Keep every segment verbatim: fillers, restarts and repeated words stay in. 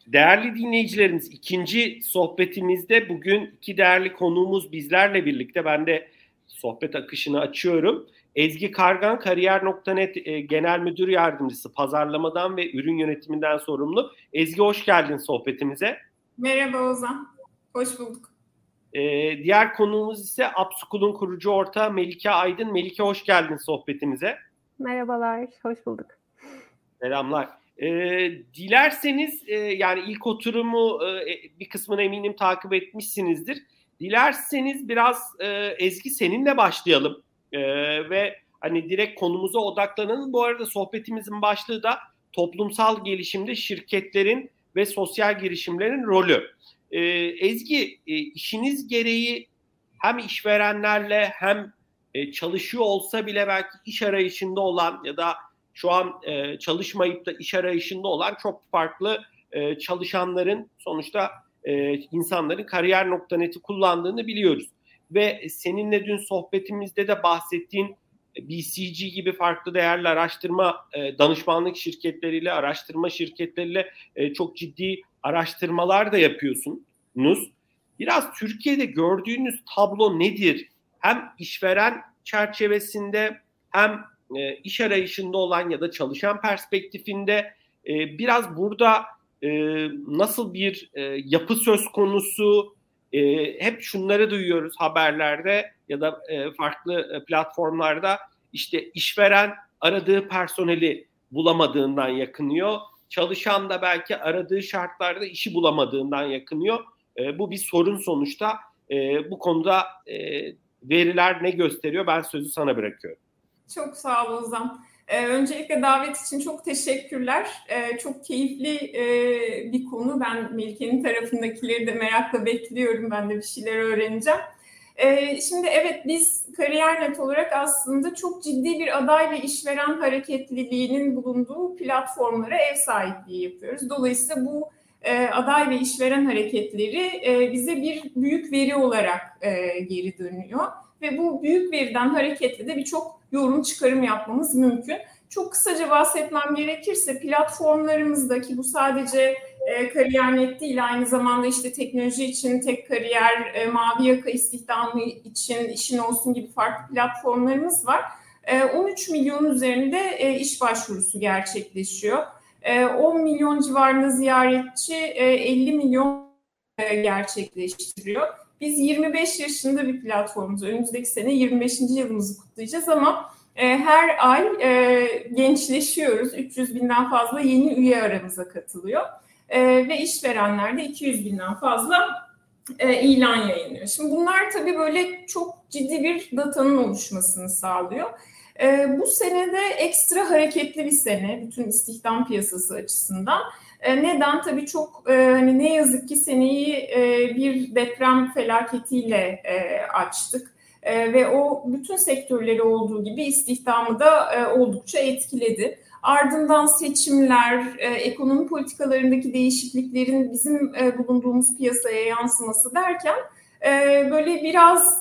Değerli dinleyicilerimiz, ikinci sohbetimizde bugün iki değerli konuğumuz bizlerle birlikte. Ben de sohbet akışını açıyorum. Ezgi Kargan, Kariyer nokta net e, Genel Müdür Yardımcısı, pazarlamadan ve ürün yönetiminden sorumlu. Ezgi, hoş geldin sohbetimize. Merhaba Ozan, hoş bulduk. E, diğer konuğumuz ise Upschool'un kurucu ortağı Melike Aydın. Melike, hoş geldin sohbetimize. Merhabalar, hoş bulduk. Selamlar. E, dilerseniz e, yani ilk oturumu e, bir kısmını eminim takip etmişsinizdir. Dilerseniz biraz e, Ezgi seninle başlayalım e, ve hani direkt konumuza odaklanalım. Bu arada sohbetimizin başlığı da toplumsal gelişimde şirketlerin ve sosyal girişimlerin rolü. E, Ezgi, e, işiniz gereği hem işverenlerle hem e, çalışıyor olsa bile belki iş arayışında olan ya da şu an e, çalışmayıp da iş arayışında olan çok farklı e, çalışanların, sonuçta e, insanların Kariyer nokta net'i kullandığını biliyoruz. Ve seninle dün sohbetimizde de bahsettiğin B C G gibi farklı değerli araştırma e, danışmanlık şirketleriyle, araştırma şirketleriyle e, çok ciddi araştırmalar da yapıyorsunuz. Biraz Türkiye'de gördüğünüz tablo nedir? Hem işveren çerçevesinde hem e, iş arayışında olan ya da çalışan perspektifinde e, biraz burada e, nasıl bir e, yapı söz konusu? E, hep şunları duyuyoruz haberlerde ya da e, farklı platformlarda, işte işveren aradığı personeli bulamadığından yakınıyor. Çalışan da belki aradığı şartlarda işi bulamadığından yakınıyor. E, bu bir sorun sonuçta. E, bu konuda e, veriler ne gösteriyor? Ben sözü sana bırakıyorum. Çok sağ ol Ozan. Ee, öncelikle davet için çok teşekkürler. Ee, çok keyifli e, bir konu. Ben Melike'nin tarafındakileri de merakla bekliyorum. Ben de bir şeyler öğreneceğim. Ee, şimdi evet, biz Kariyer nokta net olarak aslında çok ciddi bir aday ve işveren hareketliliğinin bulunduğu platformlara ev sahipliği yapıyoruz. Dolayısıyla bu e, aday ve işveren hareketleri e, bize bir büyük veri olarak e, geri dönüyor. Ve bu büyük veriden hareketle de birçok yorum çıkarım yapmamız mümkün. Çok kısaca bahsetmem gerekirse platformlarımızdaki, bu sadece e, Kariyer nokta net değil, aynı zamanda işte teknoloji için Tek Kariyer, e, Mavi Yaka istihdamı için İşin Olsun gibi farklı platformlarımız var. E, on üç milyon üzerinde e, iş başvurusu gerçekleşiyor. E, on milyon civarında ziyaretçi, e, elli milyon e, gerçekleştiriyor. Biz yirmi beş yaşında bir platformuz. Önümüzdeki sene yirmi beşinci yılımızı kutlayacağız ama e, her ay e, gençleşiyoruz. üç yüz binden fazla yeni üye aramıza katılıyor. E, ve işverenler de iki yüz binden fazla e, ilan yayınlıyor. Şimdi bunlar tabii böyle çok ciddi bir datanın oluşmasını sağlıyor. E, bu sene de ekstra hareketli bir sene bütün istihdam piyasası açısından. Neden? Tabii çok hani ne yazık ki seneyi bir deprem felaketiyle açtık ve o bütün sektörleri olduğu gibi istihdamı da oldukça etkiledi. Ardından seçimler, ekonomi politikalarındaki değişikliklerin bizim bulunduğumuz piyasaya yansıması derken böyle biraz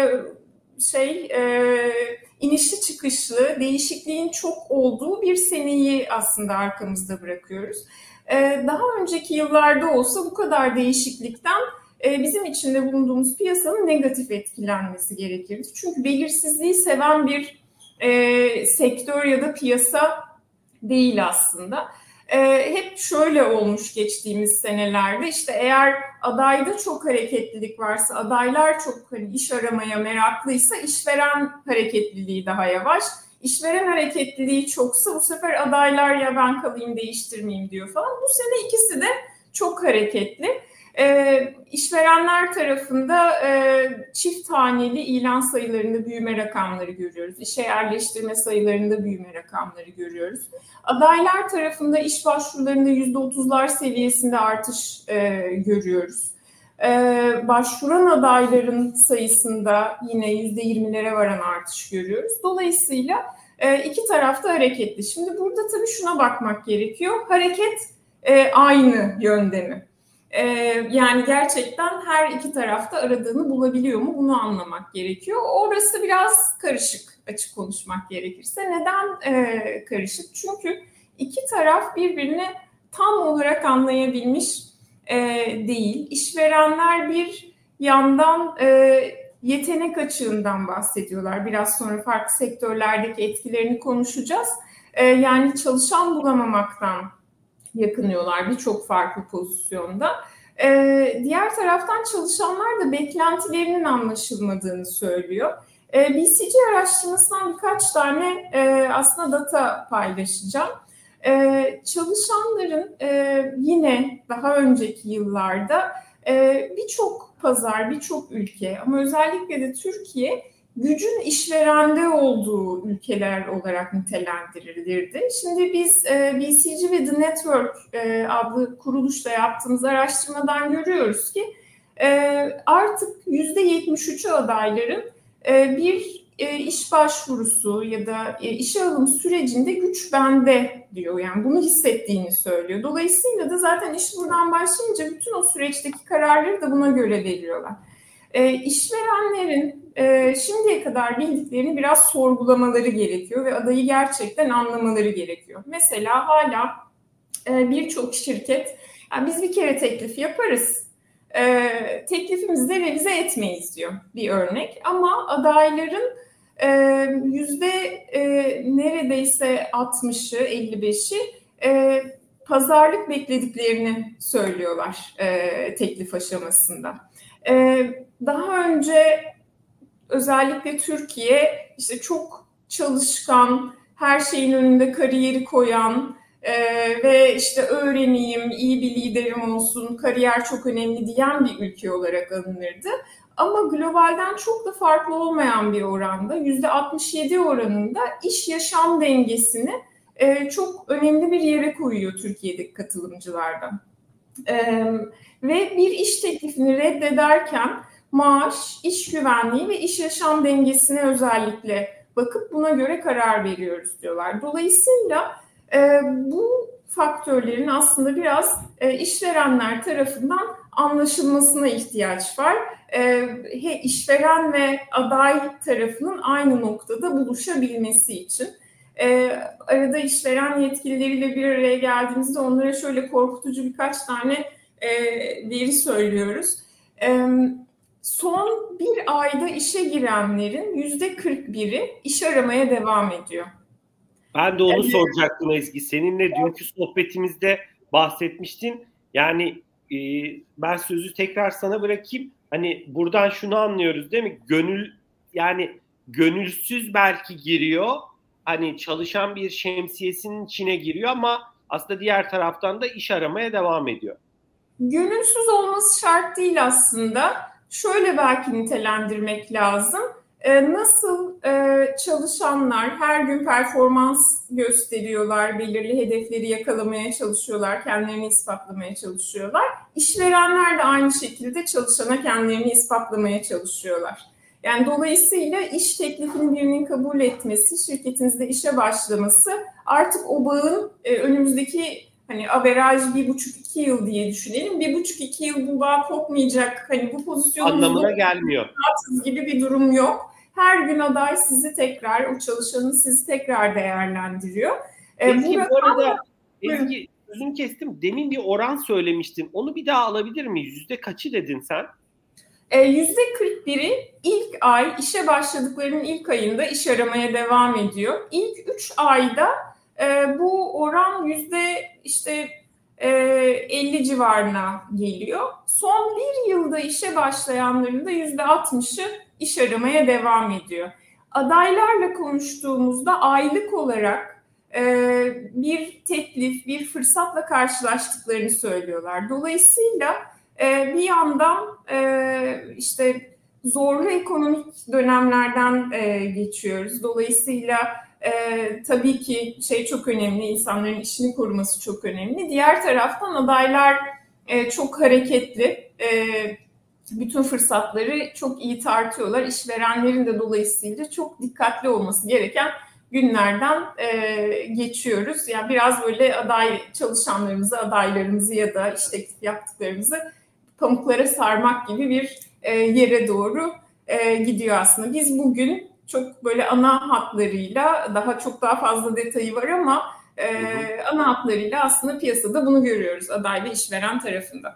şey inişli çıkışlı, değişikliğin çok olduğu bir seneyi aslında arkamızda bırakıyoruz. Daha önceki yıllarda olsa bu kadar değişiklikten bizim içinde bulunduğumuz piyasanın negatif etkilenmesi gerekirdi. Çünkü belirsizliği seven bir e, sektör ya da piyasa değil aslında. E, hep şöyle olmuş geçtiğimiz senelerde, işte eğer adayda çok hareketlilik varsa, adaylar çok hani iş aramaya meraklıysa işveren hareketliliği daha yavaş. İşveren hareketliliği çoksa bu sefer adaylar ya ben kalayım değiştirmeyeyim diyor falan. Bu sene ikisi de çok hareketli. Ee, işverenler tarafında e, çift haneli ilan sayılarında büyüme rakamları görüyoruz. İşe yerleştirme sayılarında büyüme rakamları görüyoruz. Adaylar tarafında iş başvurularında yüzde otuzlar seviyesinde artış e, görüyoruz. Ee, başvuran adayların sayısında yine yüzde yirmilere varan artış görüyoruz. Dolayısıyla e, iki tarafta hareketli. Şimdi burada tabii şuna bakmak gerekiyor. Hareket e, aynı yönde mi? E, yani gerçekten her iki tarafta aradığını bulabiliyor mu? Bunu anlamak gerekiyor. Orası biraz karışık, açık konuşmak gerekirse. Neden e, karışık? Çünkü iki taraf birbirine tam olarak anlayabilmiş e, değil. İşverenler bir yandan e, yetenek açığından bahsediyorlar. Biraz sonra farklı sektörlerdeki etkilerini konuşacağız. E, yani çalışan bulamamaktan yakınıyorlar birçok farklı pozisyonda. Ee, diğer taraftan çalışanlar da beklentilerinin anlaşılmadığını söylüyor. Ee, B C G araştırmasından birkaç tane e, aslında data paylaşacağım. Ee, çalışanların e, yine daha önceki yıllarda e, birçok pazar, birçok ülke ama özellikle de Türkiye gücün işverende olduğu ülkeler olarak nitelendirilirdi. Şimdi biz e, B C G ve The Network e, adlı kuruluşla yaptığımız araştırmadan görüyoruz ki e, artık yüzde yetmiş üçü adayların e, bir e, iş başvurusu ya da e, işe alım sürecinde güç bende diyor. Yani bunu hissettiğini söylüyor. Dolayısıyla da zaten iş buradan başlayınca bütün o süreçteki kararları da buna göre veriyorlar. E, işverenlerin e, şimdiye kadar bildiklerini biraz sorgulamaları gerekiyor ve adayı gerçekten anlamaları gerekiyor. Mesela hala e, birçok şirket, yani biz bir kere teklif yaparız, e, teklifimizi de revize etmeyiz diyor bir örnek. Ama adayların e, yüzde e, neredeyse altmışı, elli beşi e, pazarlık beklediklerini söylüyorlar e, teklif aşamasında. Ee, daha önce özellikle Türkiye işte çok çalışkan, her şeyin önünde kariyeri koyan e, ve işte öğreneyim, iyi bir liderim olsun, kariyer çok önemli diyen bir ülke olarak alınırdı. Ama globalden çok da farklı olmayan bir oranda, yüzde altmış yedi oranında iş yaşam dengesini e, çok önemli bir yere koyuyor Türkiye'deki katılımcılardan. Evet. Ve bir iş teklifini reddederken maaş, iş güvenliği ve iş yaşam dengesine özellikle bakıp buna göre karar veriyoruz diyorlar. Dolayısıyla e, bu faktörlerin aslında biraz e, işverenler tarafından anlaşılmasına ihtiyaç var. E, işveren ve aday tarafının aynı noktada buluşabilmesi için. E, arada işveren yetkilileriyle bir araya geldiğimizde onlara şöyle korkutucu birkaç tane e, veri söylüyoruz. E, son bir ayda işe girenlerin yüzde kırk biri iş aramaya devam ediyor. Ben de onu evet. soracaktım Ezgi. Seninle dünkü sohbetimizde bahsetmiştin. Yani e, ben sözü tekrar sana bırakayım. Hani buradan şunu anlıyoruz değil mi? Gönül, yani gönülsüz belki giriyor. Hani çalışan bir şemsiyesinin içine giriyor ama aslında diğer taraftan da iş aramaya devam ediyor. Gönülsüz olması şart değil aslında. Şöyle belki nitelendirmek lazım. Ee, nasıl e, çalışanlar her gün performans gösteriyorlar, belirli hedefleri yakalamaya çalışıyorlar, kendilerini ispatlamaya çalışıyorlar. İşverenler de aynı şekilde çalışana kendilerini ispatlamaya çalışıyorlar. Yani dolayısıyla iş teklifini birinin kabul etmesi, şirketinizde işe başlaması artık o bağın e, önümüzdeki hani averaj bir buçuk iki yıl diye düşünelim. Bir buçuk iki yıl bu bağ kopmayacak. Hani bu pozisyonumuzda anlamına gelmiyor. Gibi bir durum yok. Her gün aday sizi tekrar, o çalışanı sizi tekrar değerlendiriyor. Ezgi, bu arada Ezgi sözünü kestim. Demin bir oran söylemiştin. Onu bir daha alabilir miyiz? Yüzde kaçı dedin sen? yüzde kırk biri ilk ay işe başladıklarının ilk ayında iş aramaya devam ediyor. İlk üç ayda e, bu oran yüzde işte e, elli civarına geliyor. Son bir yılda işe başlayanların da yüzde altmışı iş aramaya devam ediyor. Adaylarla konuştuğumuzda aylık olarak e, bir teklif, bir fırsatla karşılaştıklarını söylüyorlar. Dolayısıyla e, bir yandan e, işte zorlu ekonomik dönemlerden e, geçiyoruz. Dolayısıyla e, tabii ki şey çok önemli, insanların işini koruması çok önemli. Diğer taraftan adaylar e, çok hareketli. E, bütün fırsatları çok iyi tartıyorlar. İşverenlerin de dolayısıyla çok dikkatli olması gereken günlerden e, geçiyoruz. Yani biraz böyle aday çalışanlarımızı, adaylarımızı ya da iş teklif yaptıklarımızı pamuklara sarmak gibi bir e, yere doğru e, gidiyor aslında. Biz bugün çok böyle ana hatlarıyla, daha çok daha fazla detayı var ama E, ana hatlarıyla aslında piyasada bunu görüyoruz aday ve işveren tarafında.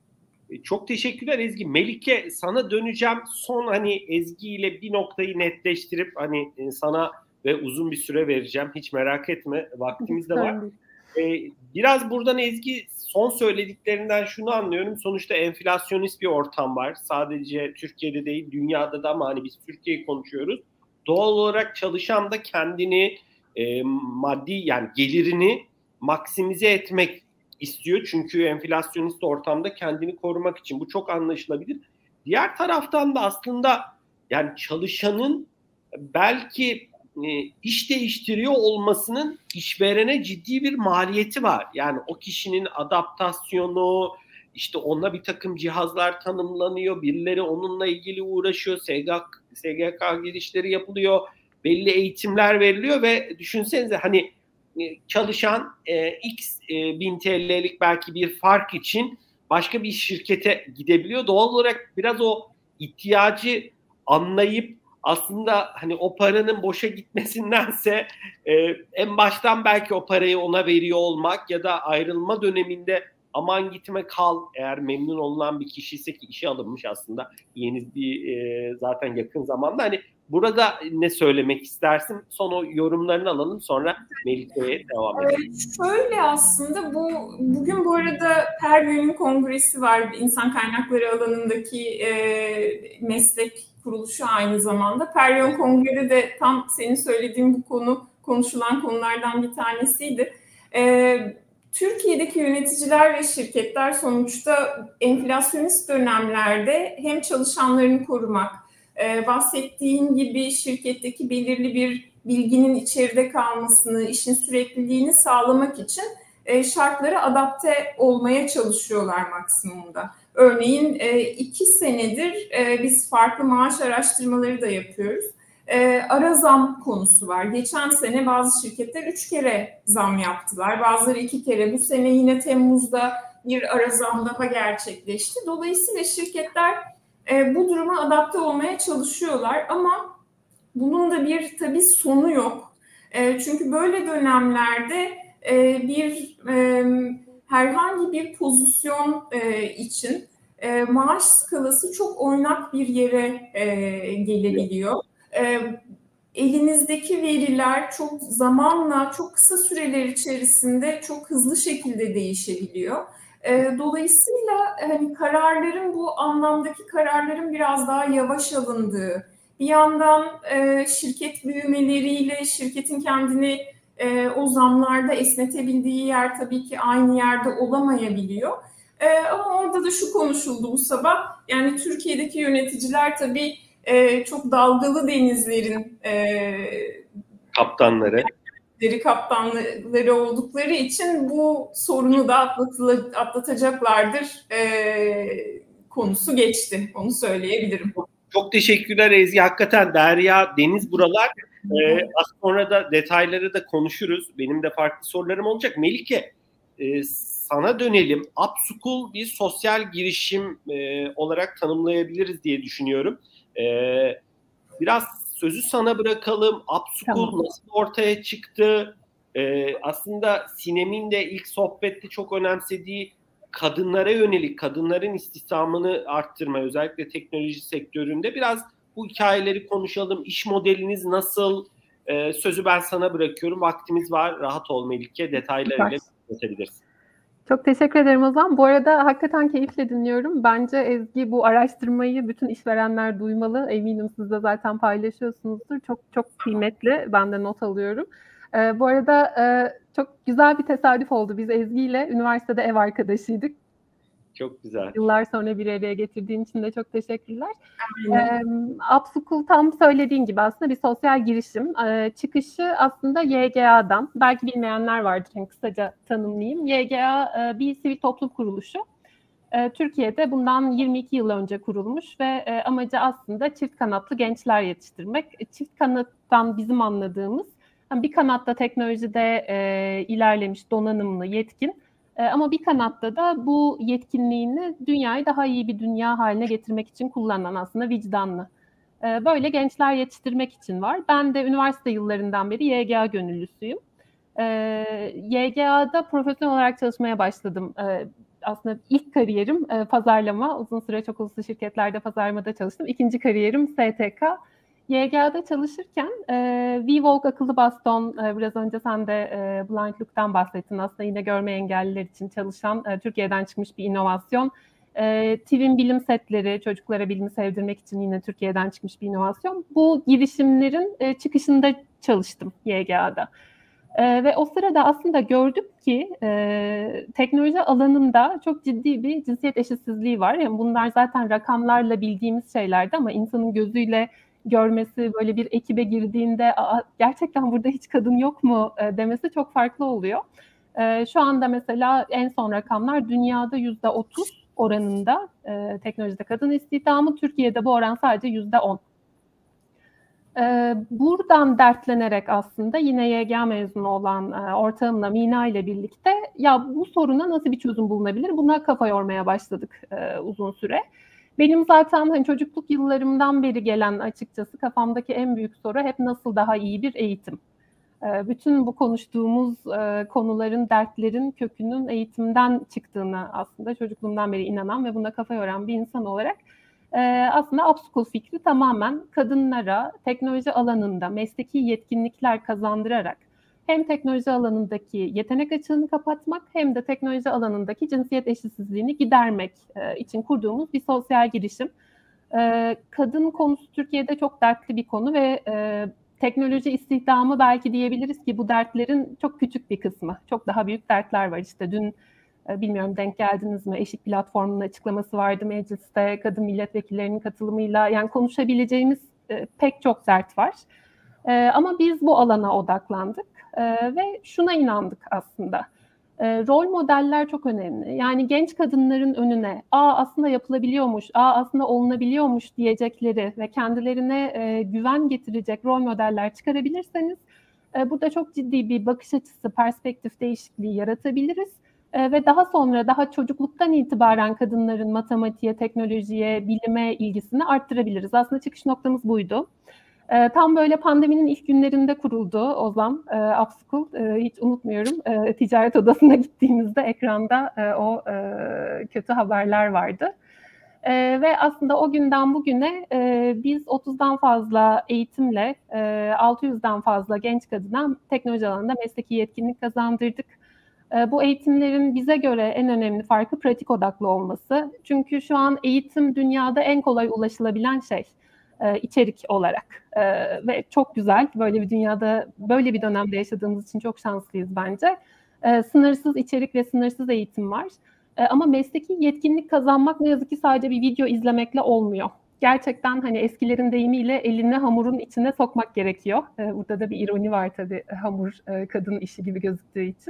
Çok teşekkürler Ezgi. Melike, sana döneceğim. Son hani Ezgi ile bir noktayı netleştirip hani sana ve uzun bir süre vereceğim. Hiç merak etme. Vaktimiz de var. Ee, biraz buradan Ezgi, son söylediklerinden şunu anlıyorum. Sonuçta enflasyonist bir ortam var. Sadece Türkiye'de değil, dünyada da, ama hani biz Türkiye'yi konuşuyoruz. Doğal olarak çalışan da kendini e, maddi, yani gelirini maksimize etmek istiyor. Çünkü enflasyonist ortamda kendini korumak için. Bu çok anlaşılabilir. Diğer taraftan da aslında yani çalışanın belki e, iş değiştiriyor olmasının işverene ciddi bir maliyeti var. Yani o kişinin adaptasyonu, işte ona bir takım cihazlar tanımlanıyor, birileri onunla ilgili uğraşıyor, S G K, S G K girişleri yapılıyor, belli eğitimler veriliyor ve düşünsenize hani çalışan e, X e, bin T L'lik belki bir fark için başka bir şirkete gidebiliyor. Doğal olarak biraz o ihtiyacı anlayıp aslında hani o paranın boşa gitmesindense e, en baştan belki o parayı ona veriyor olmak ya da ayrılma döneminde aman gitme kal, eğer memnun olunan bir kişiyse ki işe alınmış aslında yeni bir e, zaten yakın zamanda, hani burada ne söylemek istersin? Son o yorumlarını alalım, sonra Melike'ye devam edelim. Evet, şöyle aslında bu bugün bu arada Pergül'ün kongresi var. İnsan kaynakları alanındaki e, meslek kuruluşu aynı zamanda. Pergül kongrede de tam senin söylediğin bu konu konuşulan konulardan bir tanesiydi. E, Türkiye'deki yöneticiler ve şirketler sonuçta enflasyonist dönemlerde hem çalışanlarını korumak, e, bahsettiğin gibi şirketteki belirli bir bilginin içeride kalmasını, işin sürekliliğini sağlamak için e, şartlara adapte olmaya çalışıyorlar maksimumda. Örneğin e, iki senedir e, biz farklı maaş araştırmaları da yapıyoruz. E, ara zam konusu var. Geçen sene bazı şirketler üç kere zam yaptılar. Bazıları iki kere. Bu sene yine Temmuz'da bir ara zam daha gerçekleşti. Dolayısıyla şirketler e, bu duruma adapte olmaya çalışıyorlar ama bunun da bir tabii sonu yok. E, çünkü böyle dönemlerde e, bir e, herhangi bir pozisyon e, için e, maaş skalası çok oynak bir yere e, gelebiliyor. E, elinizdeki veriler çok zamanla, çok kısa süreler içerisinde çok hızlı şekilde değişebiliyor. E, dolayısıyla hani kararların bu anlamdaki kararların biraz daha yavaş alındığı, bir yandan e, şirket büyümeleriyle şirketin kendini e, o zamlarda esnetebildiği yer tabii ki aynı yerde olamayabiliyor. E, ama orada da şu konuşuldu bu sabah. Yani Türkiye'deki yöneticiler tabii e, çok dalgalı denizlerin e, kaptanları. Deri kaptanları oldukları için bu sorunu da atlatacaklardır e, konusu geçti. Onu söyleyebilirim. Çok teşekkürler Ezgi. Hakikaten derya, deniz buralar. Ee, az sonra da detayları da konuşuruz. Benim de farklı sorularım olacak. Melike, e, sana dönelim. Upschool bir sosyal girişim e, olarak tanımlayabiliriz diye düşünüyorum. E, biraz sözü sana bırakalım. Upschool tamam. Nasıl ortaya çıktı? E, aslında Sinem'in de ilk sohbette çok önemsediği kadınlara yönelik, kadınların istihdamını arttırma, özellikle teknoloji sektöründe biraz bu hikayeleri konuşalım. İş modeliniz nasıl? Ee, sözü ben sana bırakıyorum. Vaktimiz var. Rahat ol Melike. Detaylarıyla anlatabilirsin. Çok teşekkür ederim Ozan. Bu arada hakikaten keyifle dinliyorum. Bence Ezgi bu araştırmayı bütün işverenler duymalı. Eminim siz de zaten paylaşıyorsunuzdur. Çok çok kıymetli. Ben de not alıyorum. Ee, bu arada e, çok güzel bir tesadüf oldu. Biz Ezgi ile üniversitede ev arkadaşıydık. Çok güzel. Yıllar sonra bir araya getirdiğin için de çok teşekkürler. Ee, Upschool tam söylediğin gibi aslında bir sosyal girişim. Ee, çıkışı aslında Y G A'dan. Belki bilmeyenler vardır. Yani kısaca tanımlayayım. Y G A e, bir sivil toplum kuruluşu. E, Türkiye'de bundan yirmi iki yıl önce kurulmuş ve e, amacı aslında çift kanatlı gençler yetiştirmek. E, çift kanattan bizim anladığımız yani bir kanatta teknolojide e, ilerlemiş, donanımlı, yetkin. Ama bir kanatta da bu yetkinliğini dünyayı daha iyi bir dünya haline getirmek için kullanan aslında vicdanlı. Böyle gençler yetiştirmek için var. Ben de üniversite yıllarından beri Y G A gönüllüsüyüm. E, Y G A'da profesyonel olarak çalışmaya başladım. E, aslında ilk kariyerim e, pazarlama. Uzun süre çok uluslu şirketlerde pazarlamada çalıştım. İkinci kariyerim S T K. Y G A'da çalışırken e, V-Walk akıllı baston, e, biraz önce sen de e, Blind Look'tan bahsettin. Aslında yine görme engelliler için çalışan, e, Türkiye'den çıkmış bir inovasyon. E, Twin bilim setleri, çocuklara bilimi sevdirmek için yine Türkiye'den çıkmış bir inovasyon. Bu girişimlerin e, çıkışında çalıştım Y G A'da. Ee, ve o sırada aslında gördüm ki e, teknoloji alanında çok ciddi bir cinsiyet eşitsizliği var. Yani bunlar zaten rakamlarla bildiğimiz şeylerdi ama insanın gözüyle görmesi, böyle bir ekibe girdiğinde gerçekten burada hiç kadın yok mu e, demesi çok farklı oluyor. E, şu anda mesela en son rakamlar dünyada yüzde otuz oranında e, teknolojide kadın istihdamı, Türkiye'de bu oran sadece yüzde on. Buradan dertlenerek aslında yine Y G A mezunu olan ortağımla Mina ile birlikte ya bu soruna nasıl bir çözüm bulunabilir? Buna kafa yormaya başladık uzun süre. Benim zaten hani çocukluk yıllarımdan beri gelen açıkçası kafamdaki en büyük soru hep nasıl daha iyi bir eğitim. Bütün bu konuştuğumuz konuların, dertlerin kökünün eğitimden çıktığını aslında çocukluğumdan beri inanan ve buna kafa yoran bir insan olarak aslında Upschool fikri tamamen kadınlara teknoloji alanında mesleki yetkinlikler kazandırarak hem teknoloji alanındaki yetenek açığını kapatmak hem de teknoloji alanındaki cinsiyet eşitsizliğini gidermek için kurduğumuz bir sosyal girişim. Kadın konusu Türkiye'de çok dertli bir konu ve teknoloji istihdamı belki diyebiliriz ki bu dertlerin çok küçük bir kısmı. Çok daha büyük dertler var. İşte dün bilmiyorum denk geldiniz mi? Eşik platformunun açıklaması vardı mecliste, kadın milletvekillerinin katılımıyla. Yani konuşabileceğimiz e, pek çok dert var. E, ama biz bu alana odaklandık e, ve şuna inandık aslında. E, rol modeller çok önemli. Yani genç kadınların önüne aa aslında yapılabiliyormuş, aa aslında olunabiliyormuş diyecekleri ve kendilerine e, güven getirecek rol modeller çıkarabilirseniz e, burada çok ciddi bir bakış açısı, perspektif değişikliği yaratabiliriz. Ve daha sonra daha çocukluktan itibaren kadınların matematiğe, teknolojiye, bilime ilgisini arttırabiliriz. Aslında çıkış noktamız buydu. Tam böyle pandeminin ilk günlerinde kuruldu Ozan, Upschool. Hiç unutmuyorum. Ticaret odasına gittiğimizde ekranda o kötü haberler vardı. Ve aslında o günden bugüne biz otuzdan fazla eğitimle altı yüzden fazla genç kadına teknoloji alanında mesleki yetkinlik kazandırdık. Bu eğitimlerin bize göre en önemli farkı pratik odaklı olması. Çünkü şu an eğitim dünyada en kolay ulaşılabilen şey içerik olarak. Ve çok güzel, böyle bir dünyada, böyle bir dönemde yaşadığımız için çok şanslıyız bence. Sınırsız içerik ve sınırsız eğitim var. Ama mesleki yetkinlik kazanmak ne yazık ki sadece bir video izlemekle olmuyor. Gerçekten hani eskilerin deyimiyle elini hamurun içine sokmak gerekiyor. Burada da bir ironi var tabii, hamur kadın işi gibi gözüktüğü için.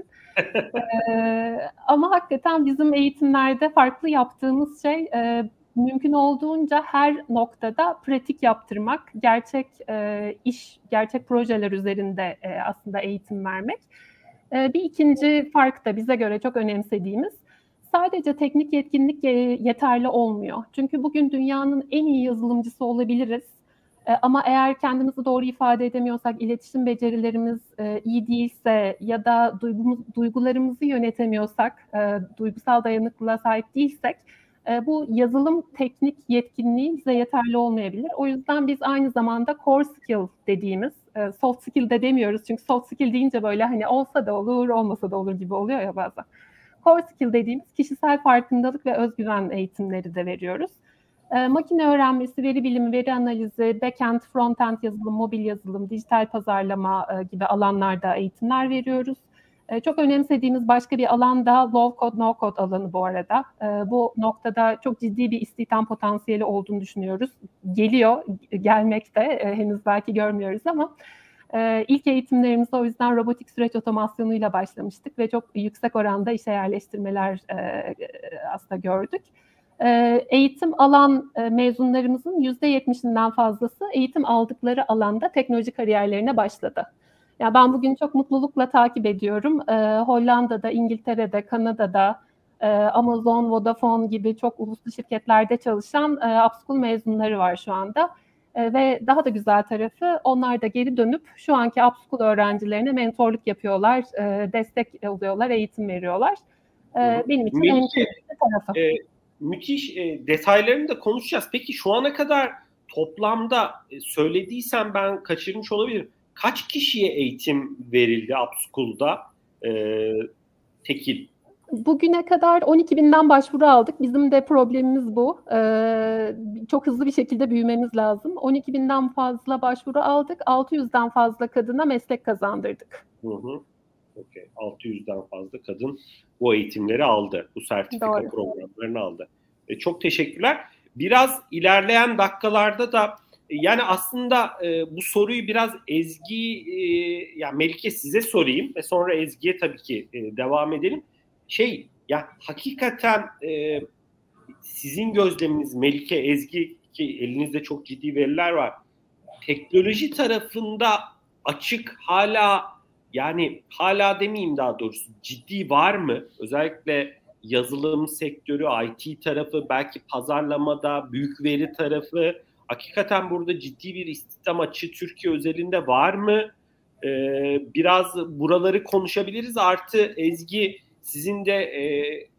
ee, ama hakikaten bizim eğitimlerde farklı yaptığımız şey e, mümkün olduğunca her noktada pratik yaptırmak, gerçek e, iş, gerçek projeler üzerinde e, aslında eğitim vermek. E, bir ikinci fark da bize göre çok önemsediğimiz, sadece teknik yetkinlik yeterli olmuyor. Çünkü bugün dünyanın en iyi yazılımcısı olabiliriz. Ama eğer kendimizi doğru ifade edemiyorsak, iletişim becerilerimiz iyi değilse ya da duygumuz, duygularımızı yönetemiyorsak, duygusal dayanıklılığa sahip değilsek, bu yazılım teknik yetkinliği bize yeterli olmayabilir. O yüzden biz aynı zamanda core skill dediğimiz, soft skill de demiyoruz. Çünkü soft skill deyince böyle hani olsa da olur, olmasa da olur gibi oluyor ya bazen. Core skill dediğimiz kişisel farkındalık ve özgüven eğitimleri de veriyoruz. E, makine öğrenmesi, veri bilimi, veri analizi, backend, frontend yazılım, mobil yazılım, dijital pazarlama e, gibi alanlarda eğitimler veriyoruz. E, çok önemsediğimiz başka bir alan da low code, no code alanı bu arada. E, bu noktada çok ciddi bir istihdam potansiyeli olduğunu düşünüyoruz. Geliyor, gelmekte, e, henüz belki görmüyoruz ama e, ilk eğitimlerimize o yüzden robotik süreç otomasyonuyla başlamıştık ve çok yüksek oranda işe yerleştirmeler e, aslında gördük. Eğitim alan mezunlarımızın yüzde yetmişinden fazlası eğitim aldıkları alanda teknoloji kariyerlerine başladı. Ya ben bugün çok mutlulukla takip ediyorum. Hollanda'da, İngiltere'de, Kanada'da, Amazon, Vodafone gibi çok uluslu şirketlerde çalışan Upschool mezunları var şu anda. E, ve daha da güzel tarafı onlar da geri dönüp şu anki Upschool öğrencilerine mentorluk yapıyorlar, e, destek oluyorlar, eğitim veriyorlar. E, benim için Melike, en keyifli tarafı. E, müthiş e, detaylarını da konuşacağız. Peki şu ana kadar toplamda e, söylediysen ben kaçırmış olabilirim. Kaç kişiye eğitim verildi Upschool'da e, tekil? Bugüne kadar on iki binden başvuru aldık. Bizim de problemimiz bu. Ee, çok hızlı bir şekilde büyümemiz lazım. on iki binden fazla başvuru aldık. altı yüzden fazla kadına meslek kazandırdık. Hı hı. Okay. altı yüzden fazla kadın bu eğitimleri aldı. Bu sertifika Doğru. programlarını aldı. E, çok teşekkürler. Biraz ilerleyen dakikalarda da yani aslında e, bu soruyu biraz Ezgi, e, yani Melike size sorayım ve sonra Ezgi'ye tabii ki e, devam edelim. Şey ya hakikaten e, sizin gözleminiz Melike, Ezgi ki elinizde çok ciddi veriler var. Teknoloji tarafında açık hala yani hala demeyeyim daha doğrusu ciddi var mı? Özellikle yazılım sektörü, I T tarafı, belki pazarlamada, büyük veri tarafı. Hakikaten burada ciddi bir istihdam açığı Türkiye özelinde var mı? Ee, biraz buraları konuşabiliriz. Artı Ezgi sizin de e,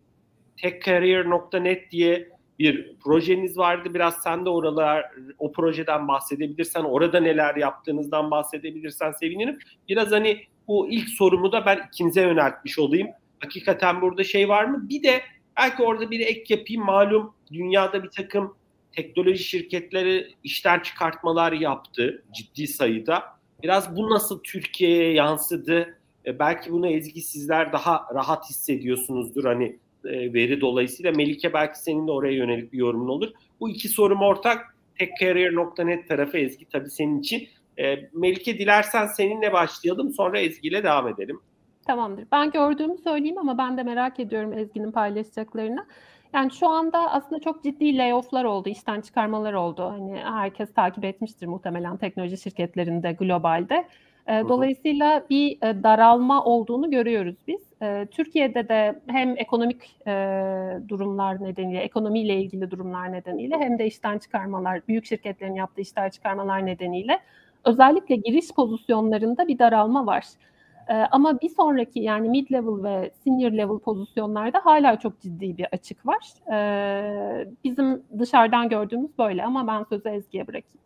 techcareer nokta net diye bir projeniz vardı. Biraz sen de oralar, o projeden bahsedebilirsen, orada neler yaptığınızdan bahsedebilirsen sevinirim. Biraz hani bu ilk sorumu da ben ikinize yöneltmiş olayım. Hakikaten burada şey var mı? Bir de belki orada bir ek yapayım. Malum dünyada bir takım teknoloji şirketleri işten çıkartmalar yaptı ciddi sayıda. Biraz bu nasıl Türkiye'ye yansıdı? E, belki bunu Ezgi sizler daha rahat hissediyorsunuzdur hani e, veri dolayısıyla. Melike belki senin de oraya yönelik bir yorumun olur. Bu iki sorum ortak. techcareer nokta net tarafı Ezgi tabii senin için. E, Melike dilersen seninle başlayalım sonra Ezgi ile devam edelim. Tamamdır. Ben gördüğümü söyleyeyim ama ben de merak ediyorum Ezgi'nin paylaşacaklarını. Yani şu anda aslında çok ciddi layoff'lar oldu, işten çıkarmalar oldu. Hani herkes takip etmiştir muhtemelen teknoloji şirketlerinde globalde. Dolayısıyla bir daralma olduğunu görüyoruz biz. Türkiye'de de hem ekonomik durumlar nedeniyle, ekonomiyle ilgili durumlar nedeniyle hem de işten çıkarmalar, büyük şirketlerin yaptığı işten çıkarmalar nedeniyle özellikle giriş pozisyonlarında bir daralma var. Ama bir sonraki yani mid level ve senior level pozisyonlarda hala çok ciddi bir açık var. Bizim dışarıdan gördüğümüz böyle ama ben sözü Ezgi'ye bırakayım.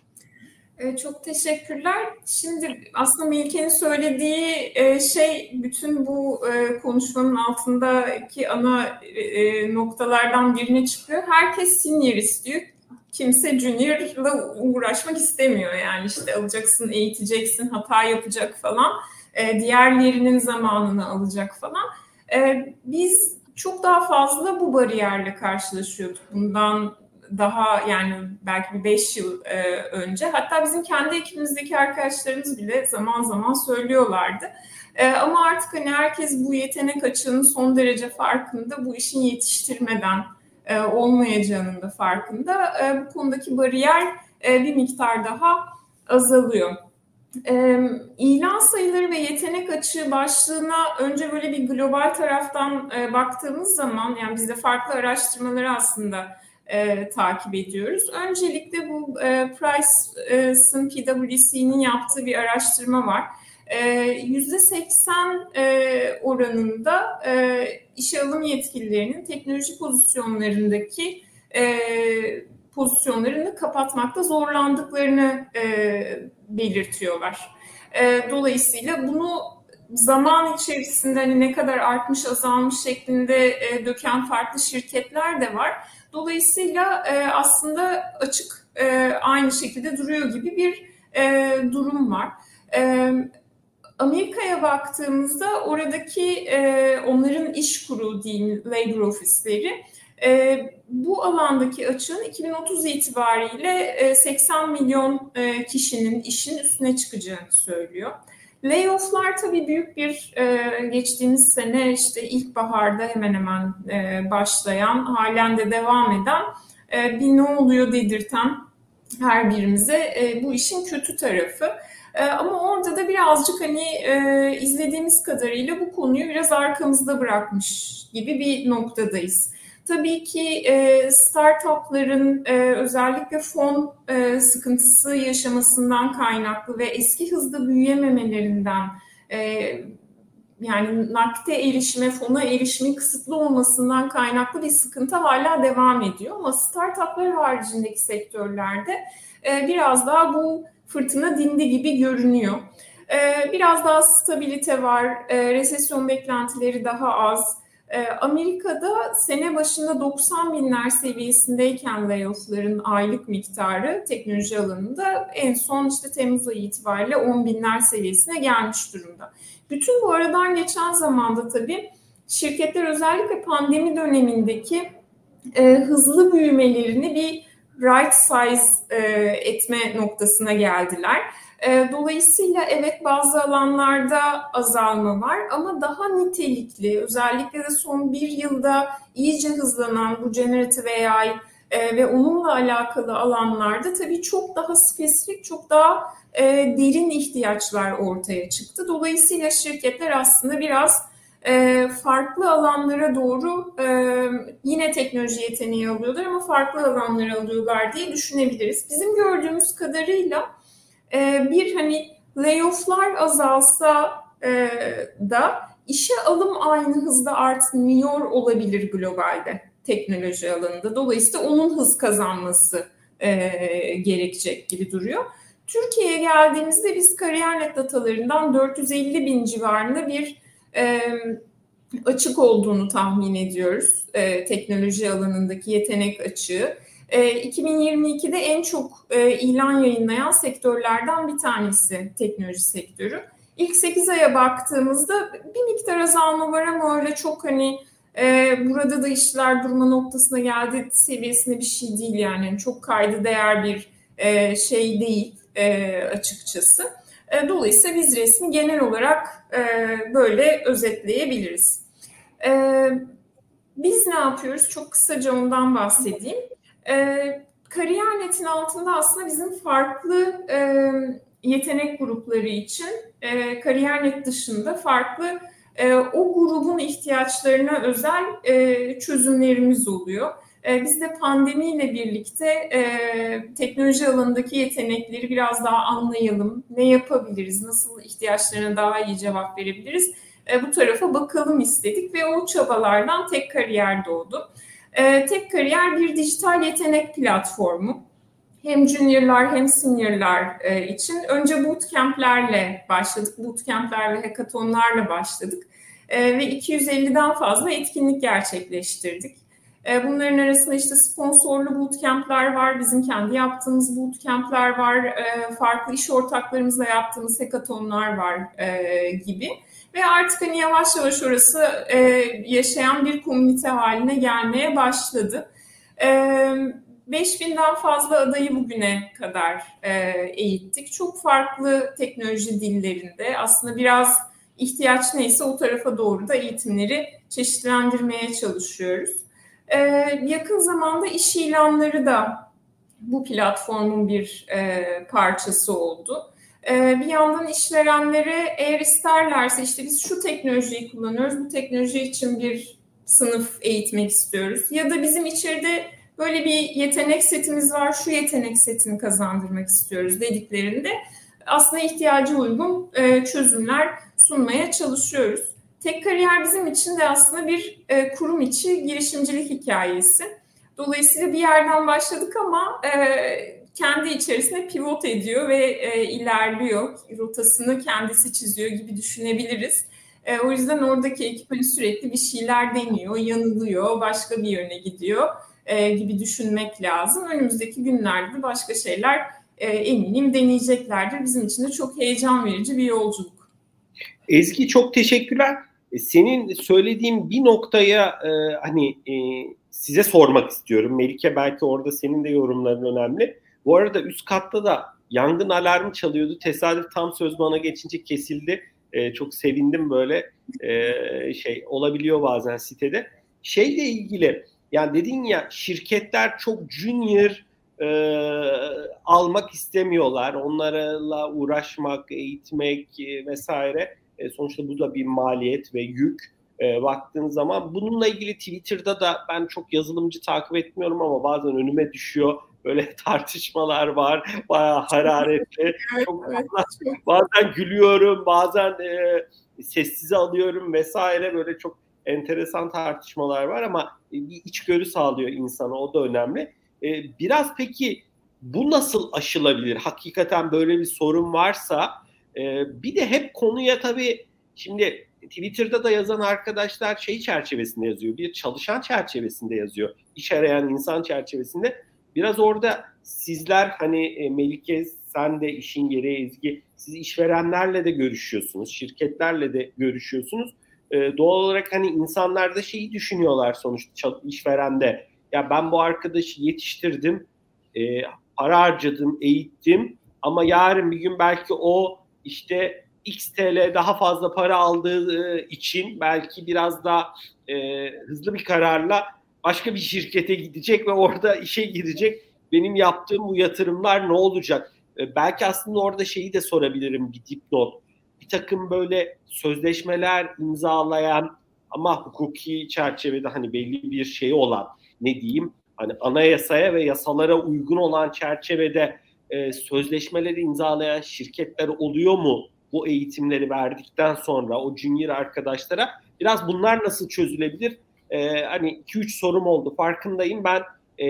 Çok teşekkürler. Şimdi aslında Melike'nin söylediği şey bütün bu konuşmanın altındaki ana noktalardan birine çıkıyor. Herkes senior istiyor. Kimse junior'la uğraşmak istemiyor. Yani işte alacaksın, eğiteceksin, hata yapacak falan. Diğerlerinin zamanını alacak falan. Biz çok daha fazla bu bariyerle karşılaşıyorduk. Bundan daha yani belki bir beş yıl önce. Hatta bizim kendi ekibimizdeki arkadaşlarımız bile zaman zaman söylüyorlardı. Ama artık hani herkes bu yetenek açığının son derece farkında. Bu işin yetiştirmeden olmayacağının da farkında. Bu konudaki bariyer bir miktar daha azalıyor. E, ilan sayıları ve yetenek açığı başlığına önce böyle bir global taraftan e, baktığımız zaman yani biz de farklı araştırmaları aslında e, takip ediyoruz. Öncelikle bu e, Price'ın P W C'nin yaptığı bir araştırma var. yüzde seksen e, oranında e, işe alım yetkililerinin teknoloji pozisyonlarındaki e, pozisyonlarını kapatmakta zorlandıklarını e, belirtiyorlar. E, dolayısıyla bunu zaman içerisinde hani ne kadar artmış azalmış şeklinde e, döken farklı şirketler de var. Dolayısıyla e, aslında açık e, aynı şekilde duruyor gibi bir e, durum var. E, Amerika'ya baktığımızda oradaki e, onların iş kuru diyeyim labor ofisleri e, bu alandaki açığın iki bin otuz itibariyle e, seksen milyon e, kişinin işin üstüne çıkacağını söylüyor. Layoff'lar tabii büyük bir e, geçtiğimiz sene işte ilkbaharda hemen hemen e, başlayan, halen de devam eden e, bir ne oluyor dedirten her birimize e, bu işin kötü tarafı. E, ama orada da birazcık hani e, izlediğimiz kadarıyla bu konuyu biraz arkamızda bırakmış gibi bir noktadayız. Tabii ki e, startupların e, özellikle fon e, sıkıntısı yaşamasından kaynaklı ve eski hızda büyüyememelerinden, e, yani nakde erişime, fona erişimin kısıtlı olmasından kaynaklı bir sıkıntı hala devam ediyor. Ama startuplar haricindeki sektörlerde e, biraz daha bu fırtına dindi gibi görünüyor. E, biraz daha stabilite var, e, resesyon beklentileri daha az. Amerika'da sene başında doksan binler seviyesindeyken layoff'ların aylık miktarı teknoloji alanında en son işte Temmuz ayı itibariyle on binler seviyesine gelmiş durumda. Bütün bu aradan geçen zamanda tabii şirketler özellikle pandemi dönemindeki e, hızlı büyümelerini bir right size e, etme noktasına geldiler. Dolayısıyla evet bazı alanlarda azalma var ama daha nitelikli, özellikle de son bir yılda iyice hızlanan bu generative A I ve onunla alakalı alanlarda tabii çok daha spesifik, çok daha derin ihtiyaçlar ortaya çıktı. Dolayısıyla şirketler aslında biraz farklı alanlara doğru yine teknoloji yeteneği alıyorlar ama farklı alanlara alıyorlar diye düşünebiliriz. Bizim gördüğümüz kadarıyla bir hani layoff'lar azalsa e, da işe alım aynı hızda artmıyor olabilir globalde teknoloji alanında. Dolayısıyla onun hız kazanması e, gerekecek gibi duruyor. Türkiye'ye geldiğimizde biz Kariyer.net datalarından dört yüz elli bin civarında bir e, açık olduğunu tahmin ediyoruz. E, teknoloji alanındaki yetenek açığı. iki bin yirmi ikide en çok ilan yayınlayan sektörlerden bir tanesi teknoloji sektörü. İlk sekiz aya baktığımızda bir miktar azalma var ama öyle çok hani burada da işler durma noktasına geldi seviyesinde bir şey değil yani. Çok kayda değer bir şey değil açıkçası. Dolayısıyla biz resmi genel olarak böyle özetleyebiliriz. Biz ne yapıyoruz? Çok kısaca ondan bahsedeyim. Ee, Kariyer.net'in altında aslında bizim farklı e, yetenek grupları için e, Kariyer.net dışında farklı e, o grubun ihtiyaçlarına özel e, çözümlerimiz oluyor. E, biz de pandemiyle birlikte e, teknoloji alanındaki yetenekleri biraz daha anlayalım, ne yapabiliriz, nasıl ihtiyaçlarına daha iyi cevap verebiliriz, e, bu tarafa bakalım istedik ve o çabalardan Tek Kariyer doğdu. Ee, Tek Kariyer bir dijital yetenek platformu. Hem juniorlar hem seniorlar e, için önce bootcamp'lerle başladık. Bootcamp'ler ve hackathonlarla başladık. E, ve iki yüz elliden fazla etkinlik gerçekleştirdik. E, bunların arasında işte sponsorlu bootcamp'ler var, bizim kendi yaptığımız bootcamp'ler var, e, farklı iş ortaklarımızla yaptığımız hackathonlar var e, gibi. Ve artık hani yavaş yavaş orası e, yaşayan bir komünite haline gelmeye başladı. E, beş binden fazla adayı bugüne kadar e, eğittik. Çok farklı teknoloji dillerinde aslında biraz ihtiyaç neyse o tarafa doğru da eğitimleri çeşitlendirmeye çalışıyoruz. E, yakın zamanda iş ilanları da bu platformun bir e, parçası oldu. Bir yandan işverenlere eğer isterlerse işte biz şu teknolojiyi kullanıyoruz, bu teknoloji için bir sınıf eğitmek istiyoruz. Ya da bizim içeride böyle bir yetenek setimiz var, şu yetenek setini kazandırmak istiyoruz dediklerinde aslında ihtiyaca uygun çözümler sunmaya çalışıyoruz. Tek Kariyer bizim için de aslında bir kurum içi girişimcilik hikayesi. Dolayısıyla bir yerden başladık ama kendi içerisinde pivot ediyor ve e, ilerliyor. Rotasını kendisi çiziyor gibi düşünebiliriz. E, o yüzden oradaki ekip hani sürekli bir şeyler deniyor, yanılıyor, başka bir yöne gidiyor e, gibi düşünmek lazım. Önümüzdeki günlerde başka şeyler e, eminim deneyeceklerdir. Bizim için de çok heyecan verici bir yolculuk. Ezgi çok teşekkürler. Senin söylediğin bir noktaya e, hani e, size sormak istiyorum. Melike belki orada senin de yorumların önemli. Bu arada üst katta da yangın alarmı çalıyordu. Tesadüf tam söz bana geçince kesildi. Ee, çok sevindim böyle ee, şey olabiliyor bazen sitede. Şeyle ilgili yani dedin ya şirketler çok junior e, almak istemiyorlar. Onlarla uğraşmak, eğitmek e, vesaire. E, sonuçta bu da bir maliyet ve yük. e, baktığın zaman. Bununla ilgili Twitter'da da ben çok yazılımcı takip etmiyorum ama bazen önüme düşüyor. Böyle tartışmalar var. Bayağı hararetli. Çok bazen, bazen gülüyorum, bazen e, sessize alıyorum vesaire. Böyle çok enteresan tartışmalar var ama bir içgörü sağlıyor insana. O da önemli. E, biraz peki bu nasıl aşılabilir? Hakikaten böyle bir sorun varsa e, bir de hep konuya tabii şimdi Twitter'da da yazan arkadaşlar şey çerçevesinde yazıyor. Bir çalışan çerçevesinde yazıyor. İş arayan insan çerçevesinde. Biraz orada sizler hani e, Melike sen de işin gereği Ezgi siz işverenlerle de görüşüyorsunuz. Şirketlerle de görüşüyorsunuz. E, doğal olarak hani insanlar da şeyi düşünüyorlar sonuçta işverende. Ya ben bu arkadaşı yetiştirdim. E, para harcadım, eğittim ama yarın bir gün belki o işte X T L daha fazla para aldığı için belki biraz daha e, hızlı bir kararla başka bir şirkete gidecek ve orada işe girecek. Benim yaptığım bu yatırımlar ne olacak? E, belki aslında orada şeyi de sorabilirim bir dipnot. Bir takım böyle sözleşmeler imzalayan ama hukuki çerçevede hani belli bir şey olan ne diyeyim hani anayasaya ve yasalara uygun olan çerçevede e, sözleşmeleri imzalayan şirketler oluyor mu? Bu eğitimleri verdikten sonra o junior arkadaşlara biraz bunlar nasıl çözülebilir? Ee, hani iki üç sorum oldu farkındayım. Ben e,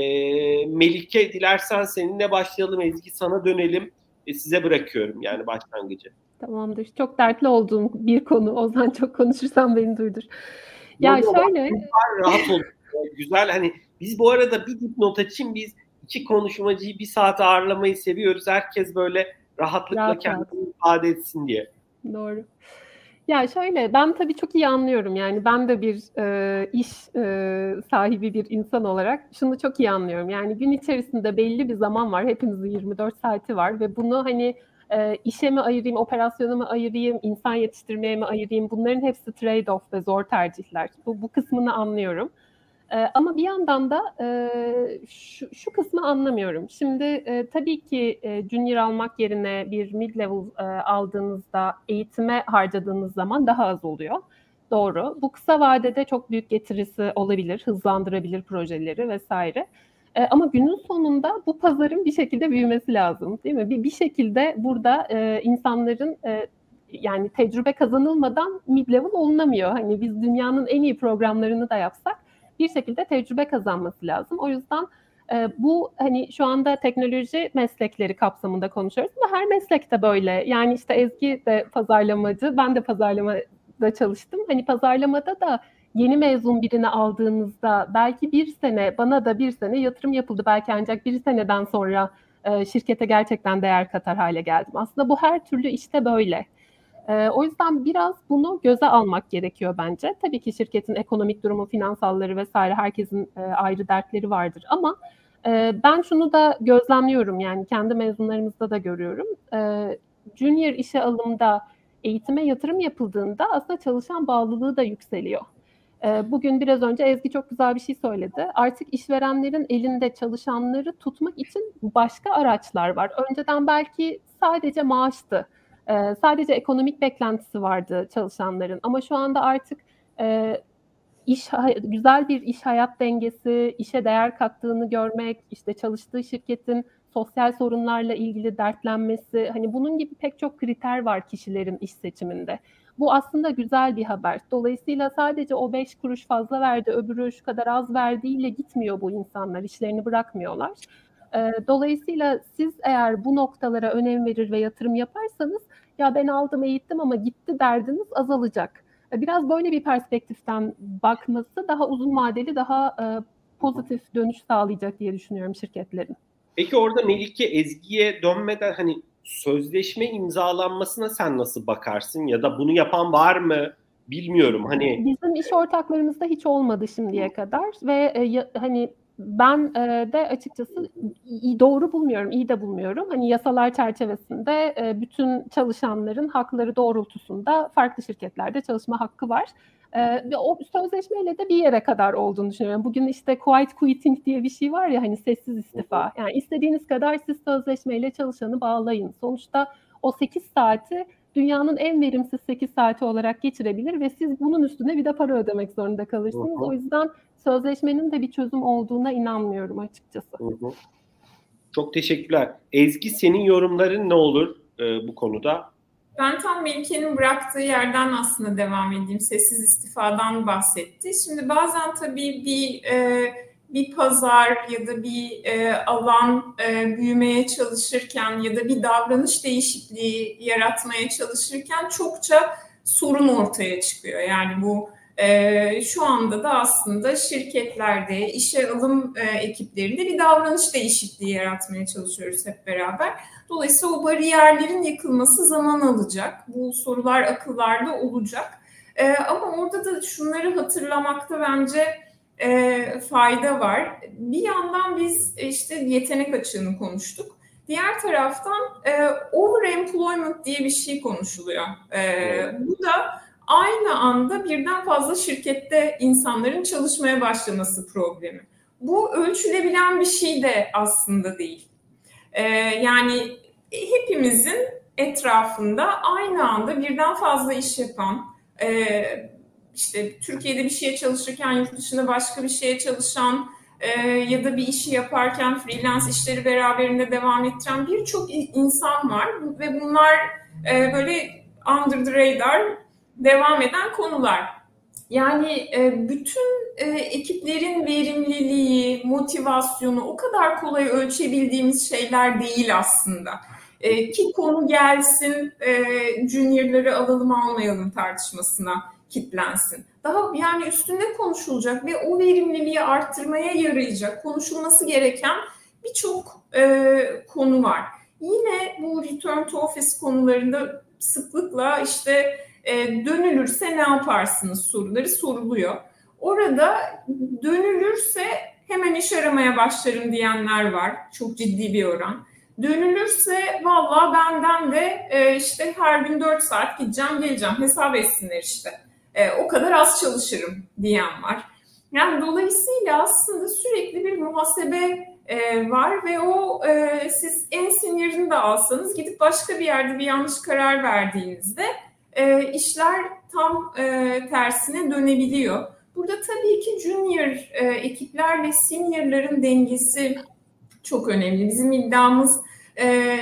Melike dilersen seninle başlayalım. Ezgi sana dönelim. E, size bırakıyorum yani başlangıcı. Tamamdır. Çok dertli olduğum bir konu. Ozan çok konuşursan beni duydur. Ya Yok, şöyle. Rahat olun. Güzel hani biz bu arada bir dipnot açayım. Biz iki konuşmacıyı bir saat ağırlamayı seviyoruz. Herkes böyle rahatlıkla rahat, kendini rahat. ifade etsin diye. Doğru. Ya şöyle ben tabii çok iyi anlıyorum yani ben de bir e, iş e, sahibi bir insan olarak şunu çok iyi anlıyorum. Yani gün içerisinde belli bir zaman var. Hepimizin yirmi dört saati var ve bunu hani e, işe mi ayırayım, operasyona mı ayırayım, insan yetiştirmeye mi ayırayım bunların hepsi trade-off ve zor tercihler. Bu, bu kısmını anlıyorum. Ee, ama bir yandan da e, şu, şu kısmı anlamıyorum. Şimdi e, tabii ki e, junior almak yerine bir mid-level e, aldığınızda eğitime harcadığınız zaman daha az oluyor. Doğru. Bu kısa vadede çok büyük getirisi olabilir, hızlandırabilir projeleri vesaire. E, ama günün sonunda bu pazarın bir şekilde büyümesi lazım, değil mi? Bir, bir şekilde burada e, insanların e, yani tecrübe kazanılmadan mid-level olunamıyor. Hani biz dünyanın en iyi programlarını da yapsak bir şekilde tecrübe kazanması lazım. O yüzden e, bu hani şu anda teknoloji meslekleri kapsamında konuşuyoruz ama her meslekte böyle. Yani işte Ezgi de pazarlamacı, ben de pazarlamada çalıştım. Hani pazarlamada da yeni mezun birini aldığınızda belki bir sene, bana da bir sene yatırım yapıldı. Belki ancak bir seneden sonra e, şirkete gerçekten değer katar hale geldim. Aslında bu her türlü işte böyle. Ee, o yüzden biraz bunu göze almak gerekiyor bence. Tabii ki şirketin ekonomik durumu, finansalları vesaire herkesin e, ayrı dertleri vardır. Ama e, ben şunu da gözlemliyorum yani kendi mezunlarımızda da görüyorum. E, junior işe alımda eğitime yatırım yapıldığında aslında çalışan bağlılığı da yükseliyor. E, bugün biraz önce Ezgi çok güzel bir şey söyledi. Artık işverenlerin elinde çalışanları tutmak için başka araçlar var. Önceden belki sadece maaştı. Ee, sadece ekonomik beklentisi vardı çalışanların ama şu anda artık e, iş güzel bir iş hayat dengesi, işe değer kattığını görmek, işte çalıştığı şirketin sosyal sorunlarla ilgili dertlenmesi, hani bunun gibi pek çok kriter var kişilerin iş seçiminde. Bu aslında güzel bir haber. Dolayısıyla sadece o beş kuruş fazla verdi, öbürü şu kadar az verdiğiyle gitmiyor bu insanlar, işlerini bırakmıyorlar. Dolayısıyla siz eğer bu noktalara önem verir ve yatırım yaparsanız ya ben aldım eğittim ama gitti derdiniz azalacak. Biraz böyle bir perspektiften bakması daha uzun vadeli, daha e, pozitif dönüş sağlayacak diye düşünüyorum şirketlerin. Peki orada Melike, Ezgi'ye dönmeden hani sözleşme imzalanmasına sen nasıl bakarsın ya da bunu yapan var mı bilmiyorum. Hani bizim iş ortaklarımızda hiç olmadı şimdiye kadar ve e, ya, hani ben e, de açıkçası iyi, doğru bulmuyorum, iyi de bulmuyorum. Hani yasalar çerçevesinde e, bütün çalışanların hakları doğrultusunda farklı şirketlerde çalışma hakkı var. E, ve o sözleşmeyle de bir yere kadar olduğunu düşünüyorum. Bugün işte quiet quitting diye bir şey var ya hani sessiz istifa. Yani istediğiniz kadar siz sözleşmeyle çalışanı bağlayın. Sonuçta o sekiz saati dünyanın en verimsiz sekiz saati olarak geçirebilir ve siz bunun üstüne bir de para ödemek zorunda kalırsınız. Hı hı. O yüzden sözleşmenin de bir çözüm olduğuna inanmıyorum açıkçası. Hı hı. Çok teşekkürler. Ezgi, senin yorumların ne olur e, bu konuda? Ben tam Melike'nin bıraktığı yerden aslında devam edeyim. Sessiz istifadan bahsetti. Şimdi bazen tabii bir e, bir pazar ya da bir e, alan e, büyümeye çalışırken ya da bir davranış değişikliği yaratmaya çalışırken çokça sorun ortaya çıkıyor. Yani bu e, şu anda da aslında şirketlerde, işe alım e, ekiplerinde bir davranış değişikliği yaratmaya çalışıyoruz hep beraber. Dolayısıyla o bariyerlerin yıkılması zaman alacak. Bu sorular akıllarda olacak. Ee, ama orada da şunları hatırlamakta bence e, fayda var. Bir yandan biz işte yetenek açığını konuştuk. Diğer taraftan e, overemployment diye bir şey konuşuluyor. E, bu da aynı anda birden fazla şirkette insanların çalışmaya başlaması problemi. Bu ölçülebilen bir şey de aslında değil. Ee, yani hepimizin etrafında aynı anda birden fazla iş yapan, e, işte Türkiye'de bir şeye çalışırken yurt dışında başka bir şeye çalışan e, ya da bir işi yaparken freelance işleri beraberinde devam ettiren birçok insan var ve bunlar e, böyle under the radar devam eden konular. Yani e, bütün e, ekiplerin verimliliği, motivasyonu o kadar kolay ölçebildiğimiz şeyler değil aslında. E, ki konu gelsin, e, juniorları alalım almayalım tartışmasına kitlensin. Daha yani üstünde konuşulacak ve o verimliliği arttırmaya yarayacak, konuşulması gereken birçok e, konu var. Yine bu return to office konularında sıklıkla işte E, dönülürse ne yaparsınız soruları soruluyor. Orada dönülürse hemen iş aramaya başlarım diyenler var. Çok ciddi bir oran. Dönülürse valla benden de e, işte her gün dört saat gideceğim geleceğim hesap etsinler işte. E, o kadar az çalışırım diyen var. Yani dolayısıyla aslında sürekli bir muhasebe e, var ve o e, siz en senior'ını da alsanız gidip başka bir yerde bir yanlış karar verdiğinizde E, işler tam e, tersine dönebiliyor. Burada tabii ki junior e, ekiplerle seniorların dengesi çok önemli. Bizim iddiamız e,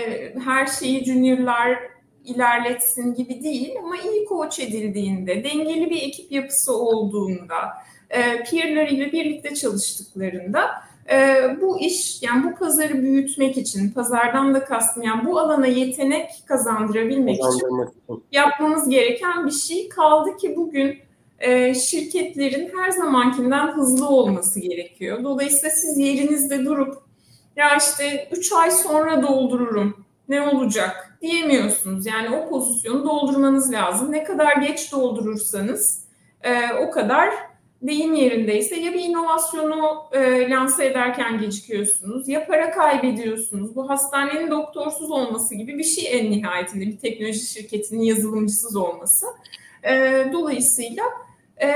her şeyi juniorlar ilerletsin gibi değil ama iyi coach edildiğinde, dengeli bir ekip yapısı olduğunda, e, peerleriyle birlikte çalıştıklarında e, bu iş, yani bu pazarı büyütmek için, pazardan da kastım, yani bu alana yetenek kazandırabilmek için yapmamız gereken bir şey kaldı ki bugün e, şirketlerin her zamankinden hızlı olması gerekiyor. Dolayısıyla siz yerinizde durup ya işte üç ay sonra doldururum, ne olacak diyemiyorsunuz. Yani o pozisyonu doldurmanız lazım. Ne kadar geç doldurursanız e, o kadar deyim yerindeyse ya bir inovasyonu e, lanse ederken gecikiyorsunuz ya para kaybediyorsunuz. Bu hastanenin doktorsuz olması gibi bir şey en nihayetinde, bir teknoloji şirketinin yazılımcısız olması. E, dolayısıyla e,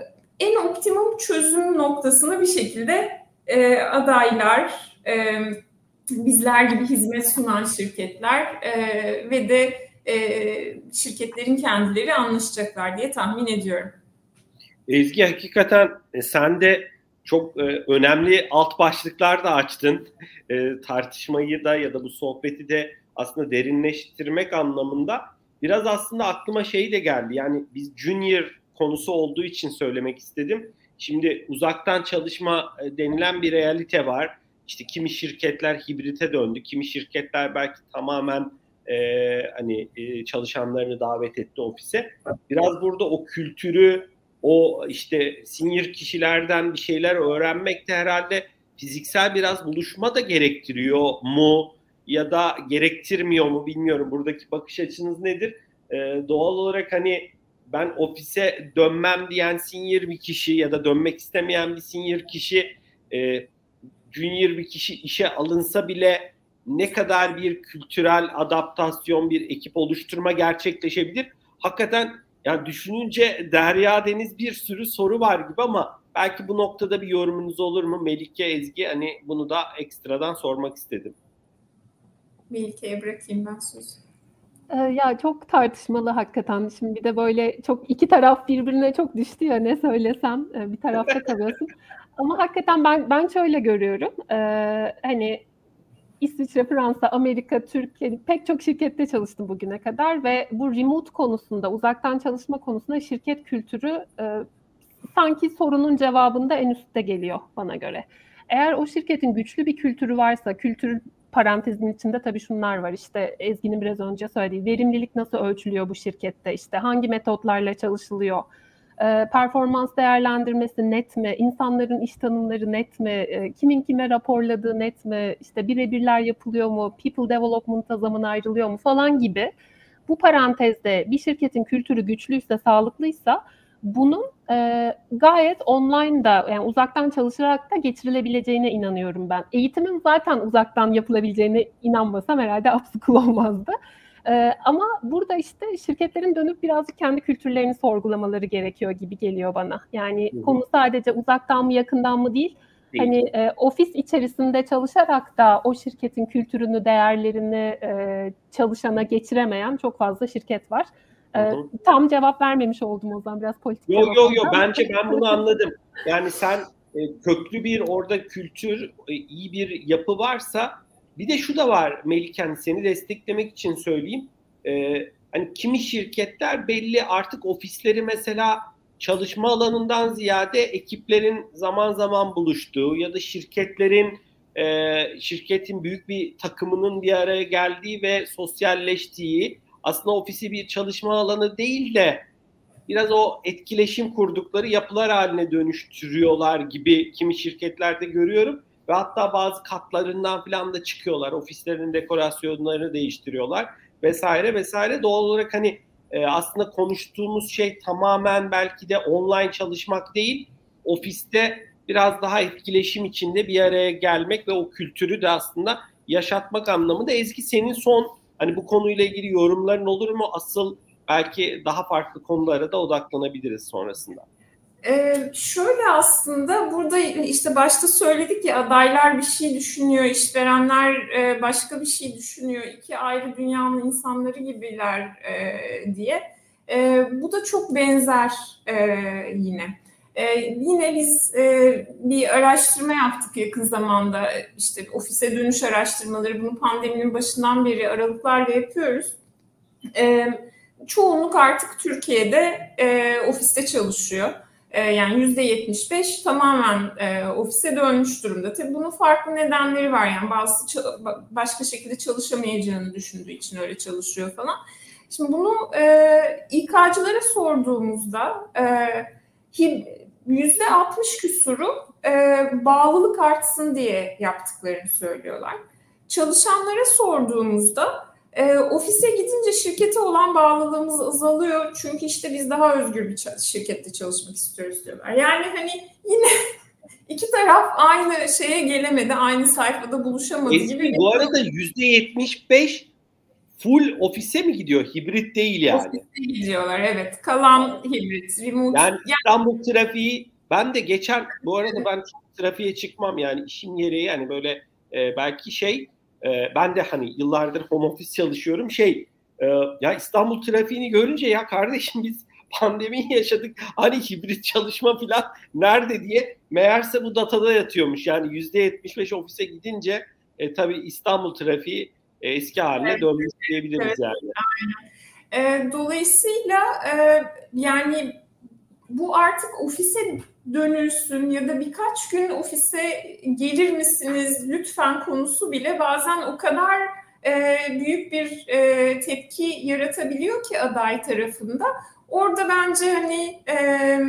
en optimum çözüm noktasına bir şekilde e, adaylar, e, bizler gibi hizmet sunan şirketler e, ve de e, şirketlerin kendileri anlaşacaklar diye tahmin ediyorum. Ezgi, hakikaten e, sen de çok e, önemli alt başlıklar da açtın. E, tartışmayı da ya da bu sohbeti de aslında derinleştirmek anlamında. Biraz aslında aklıma şey de geldi. Yani biz junior konusu olduğu için söylemek istedim. Şimdi uzaktan çalışma e, denilen bir realite var. İşte kimi şirketler hibrite döndü, kimi şirketler belki tamamen e, hani e, çalışanlarını davet etti ofise. Biraz burada o kültürü, o işte senior kişilerden bir şeyler öğrenmek de herhalde fiziksel biraz buluşma da gerektiriyor mu ya da gerektirmiyor mu bilmiyorum. Buradaki bakış açınız nedir? Ee, doğal olarak hani ben ofise dönmem diyen senior bir kişi ya da dönmek istemeyen bir senior kişi, e, junior bir kişi işe alınsa bile ne kadar bir kültürel adaptasyon, bir ekip oluşturma gerçekleşebilir? Hakikaten yani düşününce derya deniz bir sürü soru var gibi ama belki bu noktada bir yorumunuz olur mu? Melike, Ezgi, hani bunu da ekstradan sormak istedim. Melike'ye bırakayım ben sözü. Ya çok tartışmalı hakikaten. Şimdi bir de böyle çok iki taraf birbirine çok düştü ya, ne söylesem bir tarafta kalıyorsun. Ama hakikaten ben ben şöyle görüyorum. Ee, hani İsviçre, Fransa, Amerika, Türkiye pek çok şirkette çalıştım bugüne kadar ve bu remote konusunda, uzaktan çalışma konusunda şirket kültürü e, sanki sorunun cevabında en üstte geliyor bana göre. Eğer o şirketin güçlü bir kültürü varsa, kültür parantezinin içinde tabii şunlar var. İşte Ezgi'nin biraz önce söylediği verimlilik nasıl ölçülüyor bu şirkette? İşte hangi metotlarla çalışılıyor? E, performans değerlendirmesi net mi? İnsanların iş tanımları net mi? E, kimin kime raporladığı net mi? İşte birebirler yapılıyor mu? People development'a zaman ayrılıyor mu falan gibi. Bu parantezde bir şirketin kültürü güçlüyse, sağlıklıysa bunun e, gayet online da, yani uzaktan çalışarak da geçirilebileceğine inanıyorum ben. Eğitimin zaten uzaktan yapılabileceğine inanmasam herhalde upskill olmazdı. E, ama burada işte şirketlerin dönüp birazcık kendi kültürlerini sorgulamaları gerekiyor gibi geliyor bana. Yani Hı-hı. konu sadece uzaktan mı yakından mı değil. Değil. Hani e, ofis içerisinde çalışarak da o şirketin kültürünü, değerlerini e, çalışana geçiremeyen çok fazla şirket var. Ee, tam cevap vermemiş oldum o zaman, biraz politik. Yok yok yok bence ben bunu anladım. Yani sen e, köklü bir orada kültür, e, iyi bir yapı varsa, bir de şu da var Melike, hani seni desteklemek için söyleyeyim. E, hani kimi şirketler belli artık ofisleri mesela çalışma alanından ziyade ekiplerin zaman zaman buluştuğu ya da şirketlerin e, şirketin büyük bir takımının bir araya geldiği ve sosyalleştiği, aslında ofisi bir çalışma alanı değil de biraz o etkileşim kurdukları yapılar haline dönüştürüyorlar gibi kimi şirketlerde görüyorum. Ve hatta bazı katlarından falan da çıkıyorlar. Ofislerin dekorasyonlarını değiştiriyorlar vesaire vesaire. Doğal olarak hani e, aslında konuştuğumuz şey tamamen belki de online çalışmak değil. Ofiste biraz daha etkileşim içinde bir araya gelmek ve o kültürü de aslında yaşatmak anlamında. Ezgi, senin son hani bu konuyla ilgili yorumların olur mu? Asıl belki daha farklı konulara da odaklanabiliriz sonrasında. Ee, şöyle aslında burada işte başta söyledik ya, adaylar bir şey düşünüyor, işverenler e, başka bir şey düşünüyor. İki ayrı dünyanın insanları gibiler e, diye. E, bu da çok benzer e, yine. E, yine biz e, bir araştırma yaptık yakın zamanda. İşte ofise dönüş araştırmaları, bunu pandeminin başından beri aralıklarla yapıyoruz. E, çoğunluk artık Türkiye'de e, ofiste çalışıyor. E, yani yüzde yetmiş beş tamamen e, ofise dönmüş durumda. Tabii bunun farklı nedenleri var. Yani bazısı ça- başka şekilde çalışamayacağını düşündüğü için öyle çalışıyor falan. Şimdi bunu e, İK'cılara sorduğumuzda e, yüzde altmış küsuru e, bağlılık artsın diye yaptıklarını söylüyorlar. Çalışanlara sorduğumuzda E, ofise gidince şirkete olan bağlılığımız azalıyor. Çünkü işte biz daha özgür bir şirkette çalışmak istiyoruz diyorlar. Yani hani yine iki taraf aynı şeye gelemedi, aynı sayfada buluşamadı Ezgi, gibi. Bu arada yüzde yetmiş beş full ofise mi gidiyor? Hibrit değil yani. Ofise gidiyorlar, evet. Kalan hibrit, remote. Yani İstanbul yani... trafiği, ben de geçen, bu arada ben trafiğe çıkmam yani işim gereği, yani böyle e, belki şey, e, ben de hani yıllardır home office çalışıyorum, şey e, ya İstanbul trafiğini görünce ya kardeşim biz pandemiyi yaşadık, hani hibrit çalışma falan nerede diye, meğerse bu datada yatıyormuş. Yani yüzde yetmiş beş ofise gidince e, tabii İstanbul trafiği e, eski haline evet. dönmüş diyebiliriz evet. yani. Aynen. E, dolayısıyla e, yani bu artık ofise dönülsün ya da birkaç gün ofise gelir misiniz lütfen konusu bile bazen o kadar e, büyük bir e, tepki yaratabiliyor ki aday tarafında. Orada bence hani e,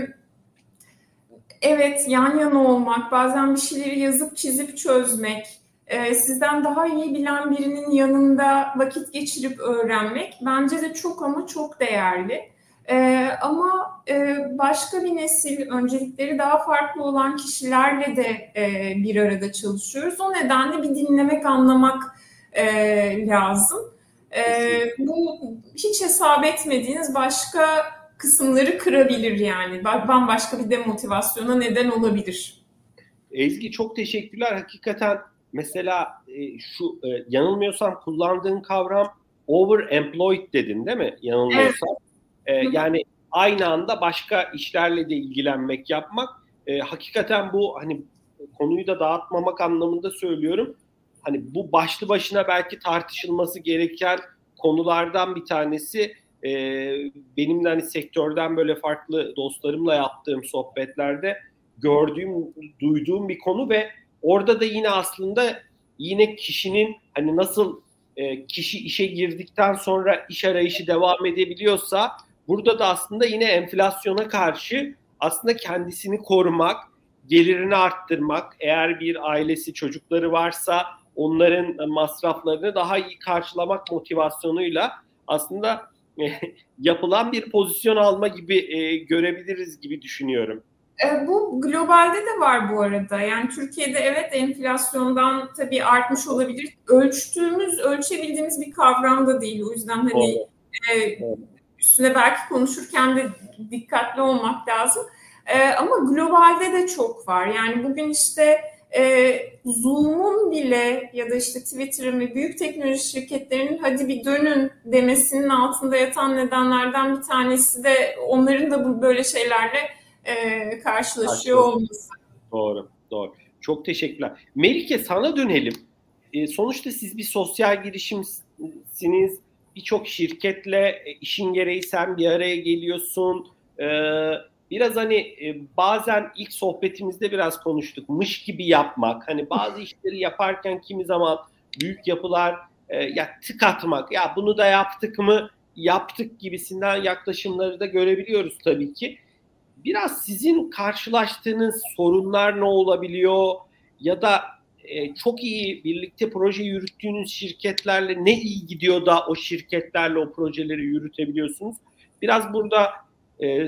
evet, yan yana olmak, bazen bir şeyleri yazıp çizip çözmek, e, sizden daha iyi bilen birinin yanında vakit geçirip öğrenmek bence de çok ama çok değerli. Ee, ama e, başka bir nesil, öncelikleri daha farklı olan kişilerle de e, bir arada çalışıyoruz. O nedenle bir dinlemek, anlamak e, lazım. E, bu hiç hesap etmediğiniz başka kısımları kırabilir yani. Bambaşka bir demotivasyona neden olabilir. Ezgi, çok teşekkürler. Hakikaten mesela e, şu e, yanılmıyorsam kullandığın kavram overemployed dedin değil mi? Yanılmıyorsam. Evet. E, yani aynı anda başka işlerle de ilgilenmek, yapmak. E, hakikaten bu hani konuyu da dağıtmamak anlamında söylüyorum. Hani bu başlı başına belki tartışılması gereken konulardan bir tanesi. E, benim de hani sektörden böyle farklı dostlarımla yaptığım sohbetlerde gördüğüm, duyduğum bir konu ve orada da yine aslında yine kişinin hani nasıl e, kişi işe girdikten sonra iş arayışı devam edebiliyorsa burada da aslında yine enflasyona karşı aslında kendisini korumak, gelirini arttırmak, eğer bir ailesi, çocukları varsa onların masraflarını daha iyi karşılamak motivasyonuyla aslında e, yapılan bir pozisyon alma gibi e, görebiliriz gibi düşünüyorum. E, bu globalde de var bu arada. Yani Türkiye'de evet enflasyondan tabii artmış olabilir. Ölçtüğümüz, ölçebildiğimiz bir kavram da değil. O yüzden hani e, üstüne belki konuşurken de dikkatli olmak lazım. E, ama globalde de çok var. Yani bugün işte e, Zoom'un bile ya da işte Twitter'ın ve büyük teknoloji şirketlerinin hadi bir dönün demesinin altında yatan nedenlerden bir tanesi de onların da bu böyle şeylerle e, karşılaşıyor olması. Doğru, doğru. Çok teşekkürler. Melike sana dönelim. E, sonuçta siz bir sosyal girişimsiniz. Birçok şirketle e, işin gereği sen bir araya geliyorsun. E, biraz hani e, bazen ilk sohbetimizde biraz konuştuk. Mış gibi yapmak. Hani bazı işleri yaparken kimi zaman büyük yapılar e, ya tık atmak. Ya bunu da yaptık mı? Yaptık gibisinden yaklaşımları da görebiliyoruz tabii ki. Biraz sizin karşılaştığınız sorunlar ne olabiliyor ya da e, çok iyi birlikte proje yürüttüğünüz şirketlerle ne iyi gidiyor da o şirketlerle o projeleri yürütebiliyorsunuz? Biraz burada e,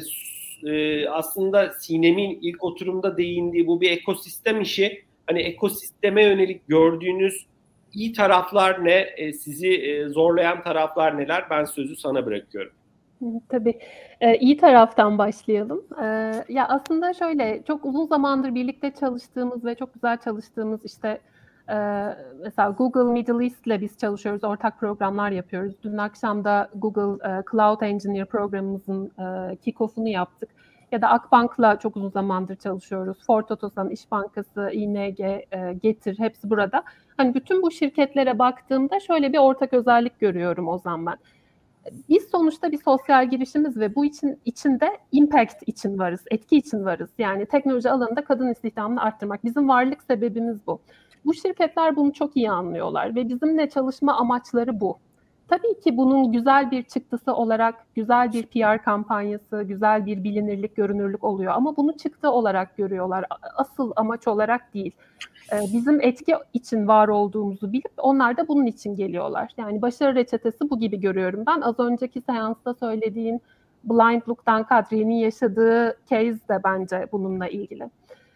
e, aslında Sinem'in ilk oturumda değindiği bu bir ekosistem işi. Hani ekosisteme yönelik gördüğünüz iyi taraflar ne? E, sizi e, zorlayan taraflar neler? Ben sözü sana bırakıyorum. Tabii. Ee, iyi taraftan başlayalım. Ee, ya aslında şöyle, çok uzun zamandır birlikte çalıştığımız ve çok güzel çalıştığımız işte e, mesela Google Middle East ile biz çalışıyoruz, ortak programlar yapıyoruz. Dün akşam da Google e, Cloud Engineer programımızın e, kick-off'unu yaptık. Ya da Akbank'la çok uzun zamandır çalışıyoruz. Ford Otosan, İş Bankası, İ N G, e, Getir hepsi burada. Hani bütün bu şirketlere baktığımda şöyle bir ortak özellik görüyorum o zaman ben. Biz sonuçta bir sosyal girişimiz ve bu için içinde impact için varız, etki için varız. Yani teknoloji alanında kadın istihdamını arttırmak. Bizim varlık sebebimiz bu. Bu şirketler bunu çok iyi anlıyorlar ve bizimle çalışma amaçları bu. Tabii ki bunun güzel bir çıktısı olarak güzel bir P R kampanyası, güzel bir bilinirlik, görünürlük oluyor. Ama bunu çıktı olarak görüyorlar, asıl amaç olarak değil. Bizim etki için var olduğumuzu bilip onlar da bunun için geliyorlar. Yani başarı reçetesi bu gibi görüyorum ben. Az önceki seansta söylediğin Blind Look'tan Kadriye'nin yaşadığı case de bence bununla ilgili.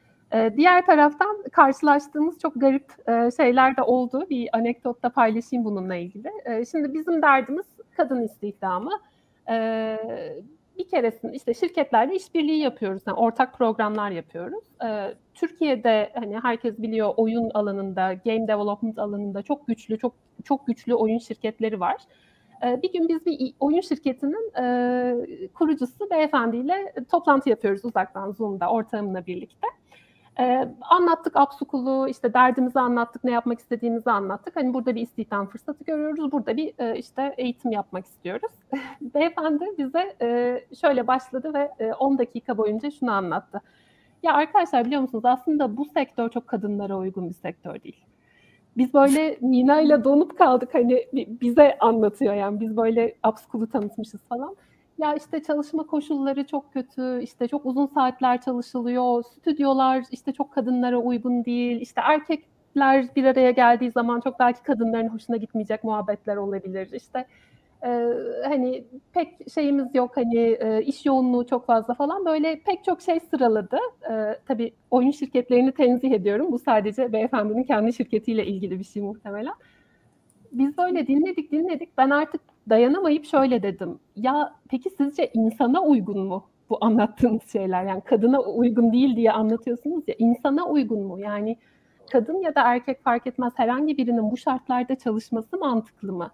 Diğer taraftan karşılaştığımız çok garip şeyler de oldu. Bir anekdotla paylaşayım bununla ilgili. Şimdi bizim derdimiz kadın istihdamı. Bir keresinde işte şirketlerle işbirliği yapıyoruz, yani ortak programlar yapıyoruz. Ee, Türkiye'de hani herkes biliyor oyun alanında, game development alanında çok güçlü, çok çok güçlü oyun şirketleri var. Ee, bir gün biz bir oyun şirketinin e, kurucusu beyefendiyle toplantı yapıyoruz uzaktan Zoom'da ortağımla birlikte. Ee, anlattık Apsukulu, işte derdimizi anlattık, ne yapmak istediğimizi anlattık. Hani burada bir istihdam fırsatı görüyoruz, burada bir e, işte eğitim yapmak istiyoruz. Beyefendi bize e, şöyle başladı ve e, on dakika boyunca şunu anlattı. Ya arkadaşlar biliyor musunuz aslında bu sektör çok kadınlara uygun bir sektör değil. Biz böyle Nina ile donup kaldık, hani bize anlatıyor yani biz böyle Apsukulu tanıtmışız falan. Ya işte çalışma koşulları çok kötü, işte çok uzun saatler çalışılıyor, stüdyolar işte çok kadınlara uygun değil, işte erkekler bir araya geldiği zaman çok belki kadınların hoşuna gitmeyecek muhabbetler olabilir. İşte e, hani pek şeyimiz yok, hani e, iş yoğunluğu çok fazla falan, böyle pek çok şey sıraladı. E, tabii oyun şirketlerini tenzih ediyorum, bu sadece beyefendinin kendi şirketiyle ilgili bir şey muhtemelen. Biz böyle dinledik dinledik. Ben artık dayanamayıp şöyle dedim. Ya peki sizce insana uygun mu bu anlattığınız şeyler? Yani kadına uygun değil diye anlatıyorsunuz ya. İnsana uygun mu? Yani kadın ya da erkek fark etmez, herhangi birinin bu şartlarda çalışması mantıklı mı?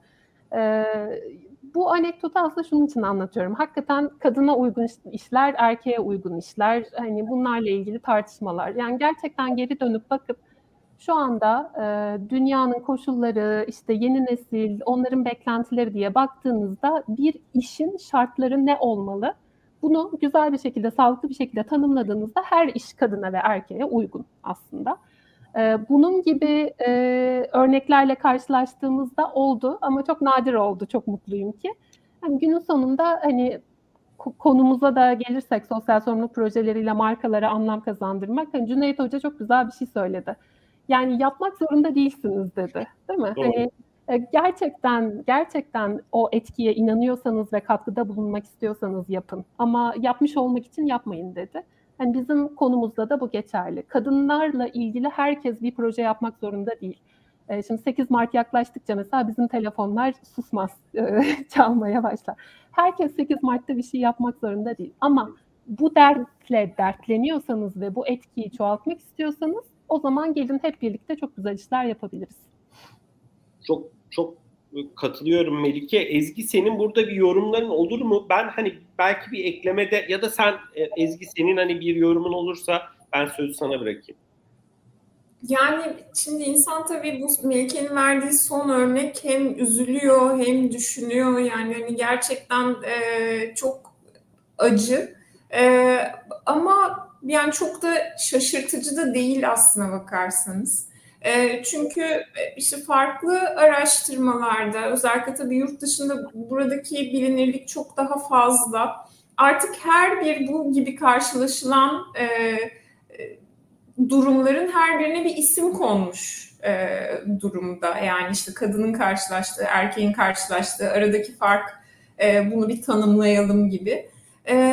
E, bu anekdotu aslında şunun için anlatıyorum. Hakikaten kadına uygun işler, erkeğe uygun işler, hani bunlarla ilgili tartışmalar. Yani gerçekten geri dönüp bakıp şu anda e, dünyanın koşulları, işte yeni nesil, onların beklentileri diye baktığınızda bir işin şartları ne olmalı? Bunu güzel bir şekilde, sağlıklı bir şekilde tanımladığınızda her iş kadına ve erkeğe uygun aslında. E, bunun gibi e, örneklerle karşılaştığımızda oldu ama çok nadir oldu, çok mutluyum ki. Yani günün sonunda hani konumuza da gelirsek sosyal sorumluluk projeleriyle markalara anlam kazandırmak. Hani Cüneyt Hoca çok güzel bir şey söyledi. Yani yapmak zorunda değilsiniz dedi, değil mi? Doğru. Hani gerçekten gerçekten o etkiye inanıyorsanız ve katkıda bulunmak istiyorsanız yapın. Ama yapmış olmak için yapmayın dedi. Yani bizim konumuzda da bu geçerli. Kadınlarla ilgili herkes bir proje yapmak zorunda değil. Şimdi sekiz Mart yaklaştıkça mesela bizim telefonlar susmaz, çalmaya başlar. Herkes sekiz Mart'ta bir şey yapmak zorunda değil. Ama bu dertle dertleniyorsanız ve bu etkiyi çoğaltmak istiyorsanız o zaman gelin hep birlikte çok güzel işler yapabiliriz. Çok çok katılıyorum Melike. Ezgi, senin burada bir yorumların olur mu? Ben hani belki bir eklemede ya da sen Ezgi, senin hani bir yorumun olursa ben sözü sana bırakayım. Yani şimdi insan tabii bu Melike'nin verdiği son örnek hem üzülüyor hem düşünüyor. Yani hani gerçekten e, çok acı. E, ama yani çok da şaşırtıcı da değil aslına bakarsanız. E, çünkü işte farklı araştırmalarda, özellikle tabii yurt dışında buradaki bilinirlik çok daha fazla. Artık her bir bu gibi karşılaşılan e, durumların her birine bir isim konmuş e, durumda. Yani işte kadının karşılaştığı, erkeğin karşılaştığı aradaki fark, e, bunu bir tanımlayalım gibi. E,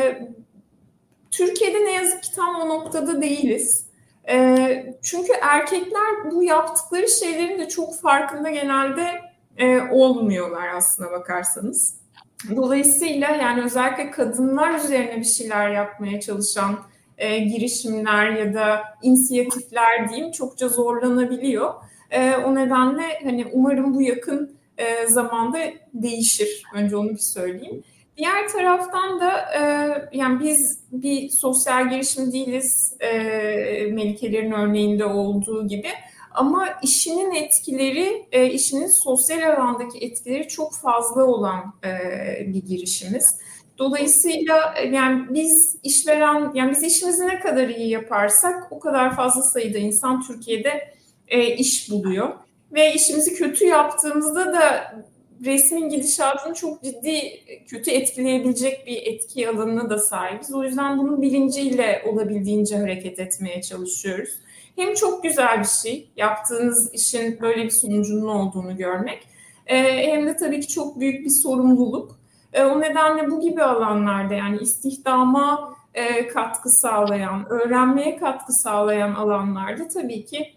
Türkiye'de ne yazık ki tam o noktada değiliz. E, çünkü erkekler bu yaptıkları şeylerin de çok farkında genelde e, olmuyorlar aslına bakarsanız. Dolayısıyla yani özellikle kadınlar üzerine bir şeyler yapmaya çalışan e, girişimler ya da inisiyatifler diyeyim çokça zorlanabiliyor. E, o nedenle hani umarım bu yakın e, zamanda değişir. Önce onu bir söyleyeyim. Diğer taraftan da e, yani biz bir sosyal girişim değiliz, e, Melike'lerin örneğinde olduğu gibi. Ama işinin etkileri, e, işinin sosyal alandaki etkileri çok fazla olan e, bir girişimiz. Dolayısıyla yani biz işveren, yani biz işimizi ne kadar iyi yaparsak o kadar fazla sayıda insan Türkiye'de e, iş buluyor. Ve işimizi kötü yaptığımızda da resmin gidişatını çok ciddi kötü etkileyebilecek bir etki alanına da sahibiz. O yüzden bunun bilinciyle olabildiğince hareket etmeye çalışıyoruz. Hem çok güzel bir şey, yaptığınız işin böyle bir sonucunun olduğunu görmek, hem de tabii ki çok büyük bir sorumluluk. O nedenle bu gibi alanlarda, yani istihdama katkı sağlayan, öğrenmeye katkı sağlayan alanlarda tabii ki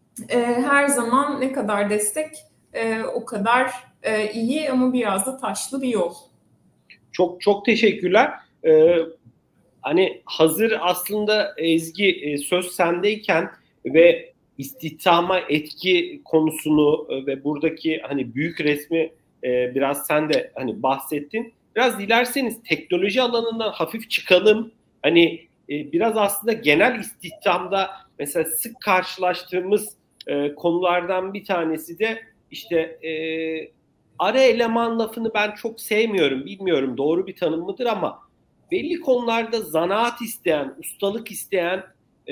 her zaman ne kadar destek o kadar iyi, ama biraz da taşlı bir yol. Çok çok teşekkürler. Ee, hani hazır aslında Ezgi söz sendeyken ve istihdama etki konusunu ve buradaki hani büyük resmi e, biraz sen de hani bahsettin. Biraz dilerseniz teknoloji alanından hafif çıkalım. Hani e, biraz aslında genel istihdamda mesela sık karşılaştığımız e, konulardan bir tanesi de işte e, ara eleman lafını ben çok sevmiyorum. Bilmiyorum doğru bir tanım mıdır ama belli konularda zanaat isteyen, ustalık isteyen, e,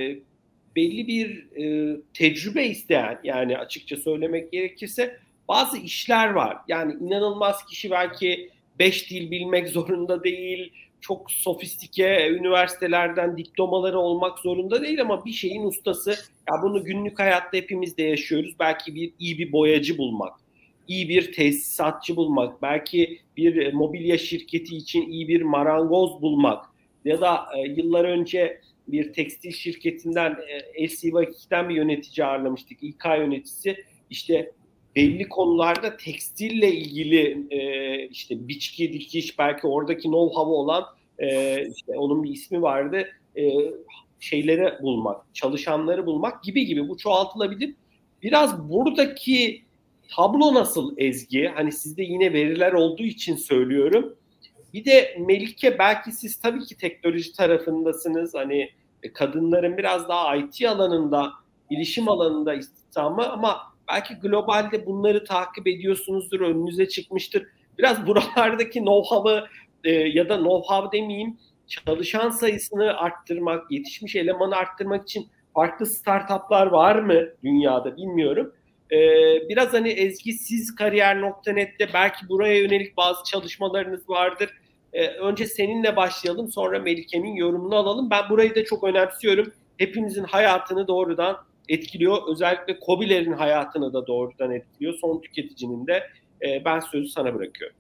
belli bir e, tecrübe isteyen, yani açıkça söylemek gerekirse bazı işler var. Yani inanılmaz kişi belki beş dil bilmek zorunda değil, çok sofistike üniversitelerden diplomaları olmak zorunda değil ama bir şeyin ustası. Ya bunu günlük hayatta hepimiz de yaşıyoruz. Belki bir iyi bir boyacı bulmak, iyi bir tesisatçı bulmak, belki bir mobilya şirketi için iyi bir marangoz bulmak ya da e, yıllar önce bir tekstil şirketinden e, L C Vakik'ten bir yönetici ağırlamıştık, İK yöneticisi. İşte belli konularda tekstille ilgili e, işte biçki, dikiş, belki oradaki know-how'u olan e, işte onun bir ismi vardı, e, şeyleri bulmak, çalışanları bulmak gibi gibi bu çoğaltılabilir. Biraz buradaki tablo nasıl Ezgi? Hani sizde yine veriler olduğu için söylüyorum. Bir de Melike, belki siz tabii ki teknoloji tarafındasınız. Hani kadınların biraz daha I T alanında, bilişim alanında istihdamı, ama belki globalde bunları takip ediyorsunuzdur, önünüze çıkmıştır. Biraz buralardaki know-how'ı e, ya da know-how demeyeyim, çalışan sayısını arttırmak, yetişmiş elemanı arttırmak için farklı startuplar var mı dünyada bilmiyorum. Ee, biraz hani Ezgi, siz kariyer nokta net'te belki buraya yönelik bazı çalışmalarınız vardır. Ee, önce seninle başlayalım, sonra Melike'nin yorumunu alalım. Ben burayı da çok önemsiyorum. Hepimizin hayatını doğrudan etkiliyor. Özellikle KOBİ'lerin hayatını da doğrudan etkiliyor. Son tüketicinin de. Ee, ben sözü sana bırakıyorum.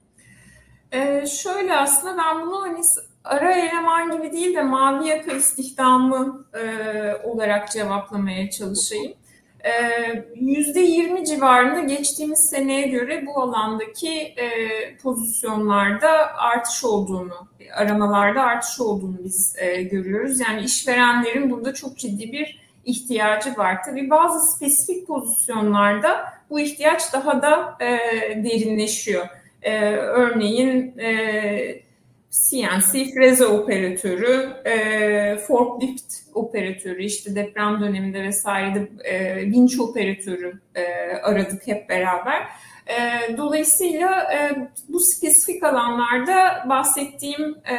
Ee, şöyle, aslında ben bunu hani ara eleman gibi değil de mavi yaka istihdamı e, olarak cevaplamaya çalışayım. yüzde yirmi civarında geçtiğimiz seneye göre bu alandaki e, pozisyonlarda artış olduğunu, aramalarda artış olduğunu biz e, görüyoruz. Yani işverenlerin burada çok ciddi bir ihtiyacı var. Tabii bazı spesifik pozisyonlarda bu ihtiyaç daha da e, derinleşiyor. E, örneğin e, C N C freze operatörü, e, forklift operatörü, işte deprem döneminde vesaire e, vinç operatörü e, aradık hep beraber. E, dolayısıyla e, bu spesifik alanlarda bahsettiğim e,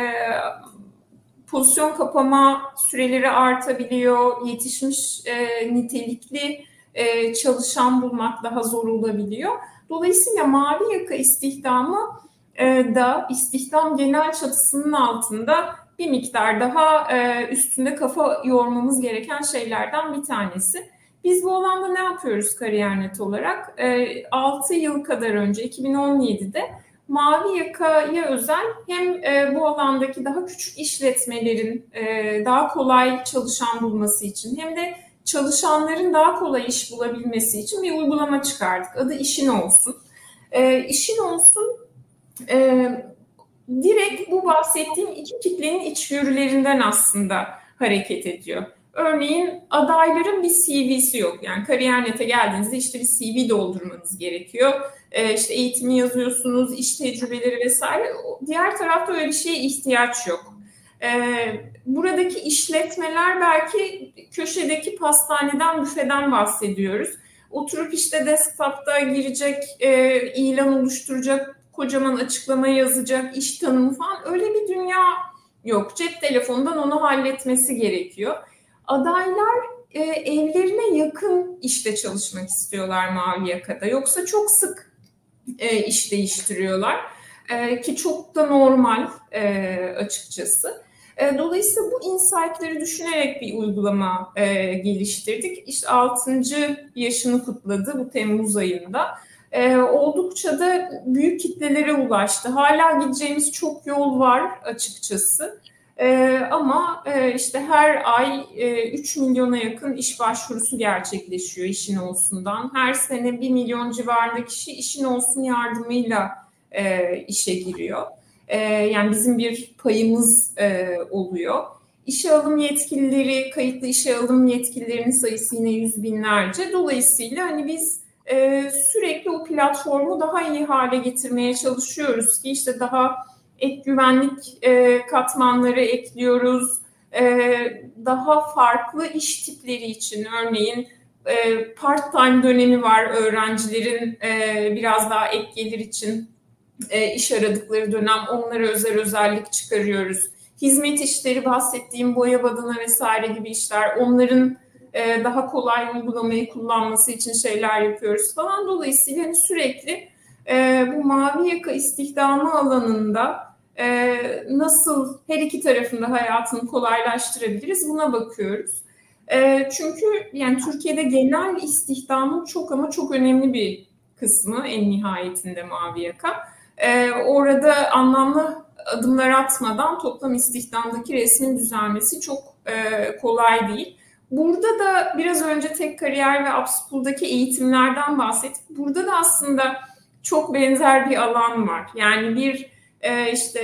pozisyon kapama süreleri artabiliyor, yetişmiş e, nitelikli e, çalışan bulmak daha zor olabiliyor. Dolayısıyla mavi yaka istihdamı da istihdam genel çatısının altında bir miktar daha üstünde kafa yormamız gereken şeylerden bir tanesi. Biz bu alanda ne yapıyoruz Kariyer.net olarak? altı yıl kadar önce, iki bin on yedide mavi yakaya özel hem bu alandaki daha küçük işletmelerin daha kolay çalışan bulması için hem de çalışanların daha kolay iş bulabilmesi için bir uygulama çıkardık. Adı İşin Olsun. İşin Olsun Ee, direkt bu bahsettiğim iki kitlenin içgörülerinden aslında hareket ediyor. Örneğin adayların bir C V'si yok. Yani Kariyer.net'e geldiğinizde işte bir C V doldurmanız gerekiyor. Ee, işte eğitimi yazıyorsunuz, iş tecrübeleri vesaire. Diğer tarafta öyle bir şeye ihtiyaç yok. Ee, buradaki işletmeler belki köşedeki pastaneden, büfeden bahsediyoruz. Oturup işte desktop'ta girecek, e, ilan oluşturacak, kocaman açıklama yazacak, iş tanımı falan, öyle bir dünya yok. Cep telefonundan onu halletmesi gerekiyor. Adaylar e, evlerine yakın işte çalışmak istiyorlar mavi yakada. Yoksa çok sık e, iş değiştiriyorlar e, ki çok da normal e, açıkçası. E, dolayısıyla bu insight'ları düşünerek bir uygulama e, geliştirdik. İşte altıncı yaşını kutladı bu Temmuz ayında. Ee, oldukça da büyük kitlelere ulaştı. Hala gideceğimiz çok yol var açıkçası. Ee, ama e, işte her ay e, üç milyona yakın iş başvurusu gerçekleşiyor İşin Olsun'dan. Her sene bir milyon civarında kişi İşin Olsun yardımıyla e, işe giriyor. E, yani bizim bir payımız e, oluyor. İşe alım yetkilileri, kayıtlı işe alım yetkililerinin sayısı yine yüz binlerce. Dolayısıyla hani biz Ee, sürekli o platformu daha iyi hale getirmeye çalışıyoruz ki işte daha ek güvenlik e, katmanları ekliyoruz. E, daha farklı iş tipleri için, örneğin e, part-time dönemi var öğrencilerin, e, biraz daha ek gelir için e, iş aradıkları dönem, onlara özel özellik çıkarıyoruz. Hizmet işleri, bahsettiğim boya badana vesaire gibi işler, onların daha kolay uygulamayı kullanması için şeyler yapıyoruz falan. Dolayısıyla hani sürekli e, bu mavi yaka istihdamı alanında e, nasıl her iki tarafında hayatını kolaylaştırabiliriz, buna bakıyoruz. E, çünkü yani Türkiye'de genel istihdamın çok ama çok önemli bir kısmı en nihayetinde mavi yaka. E, orada anlamlı adımlar atmadan toplam istihdamdaki resmin düzelmesi çok e, kolay değil. Burada da biraz önce Tek Kariyer ve Upschool'daki eğitimlerden bahsettik. Burada da aslında çok benzer bir alan var. Yani bir e, işte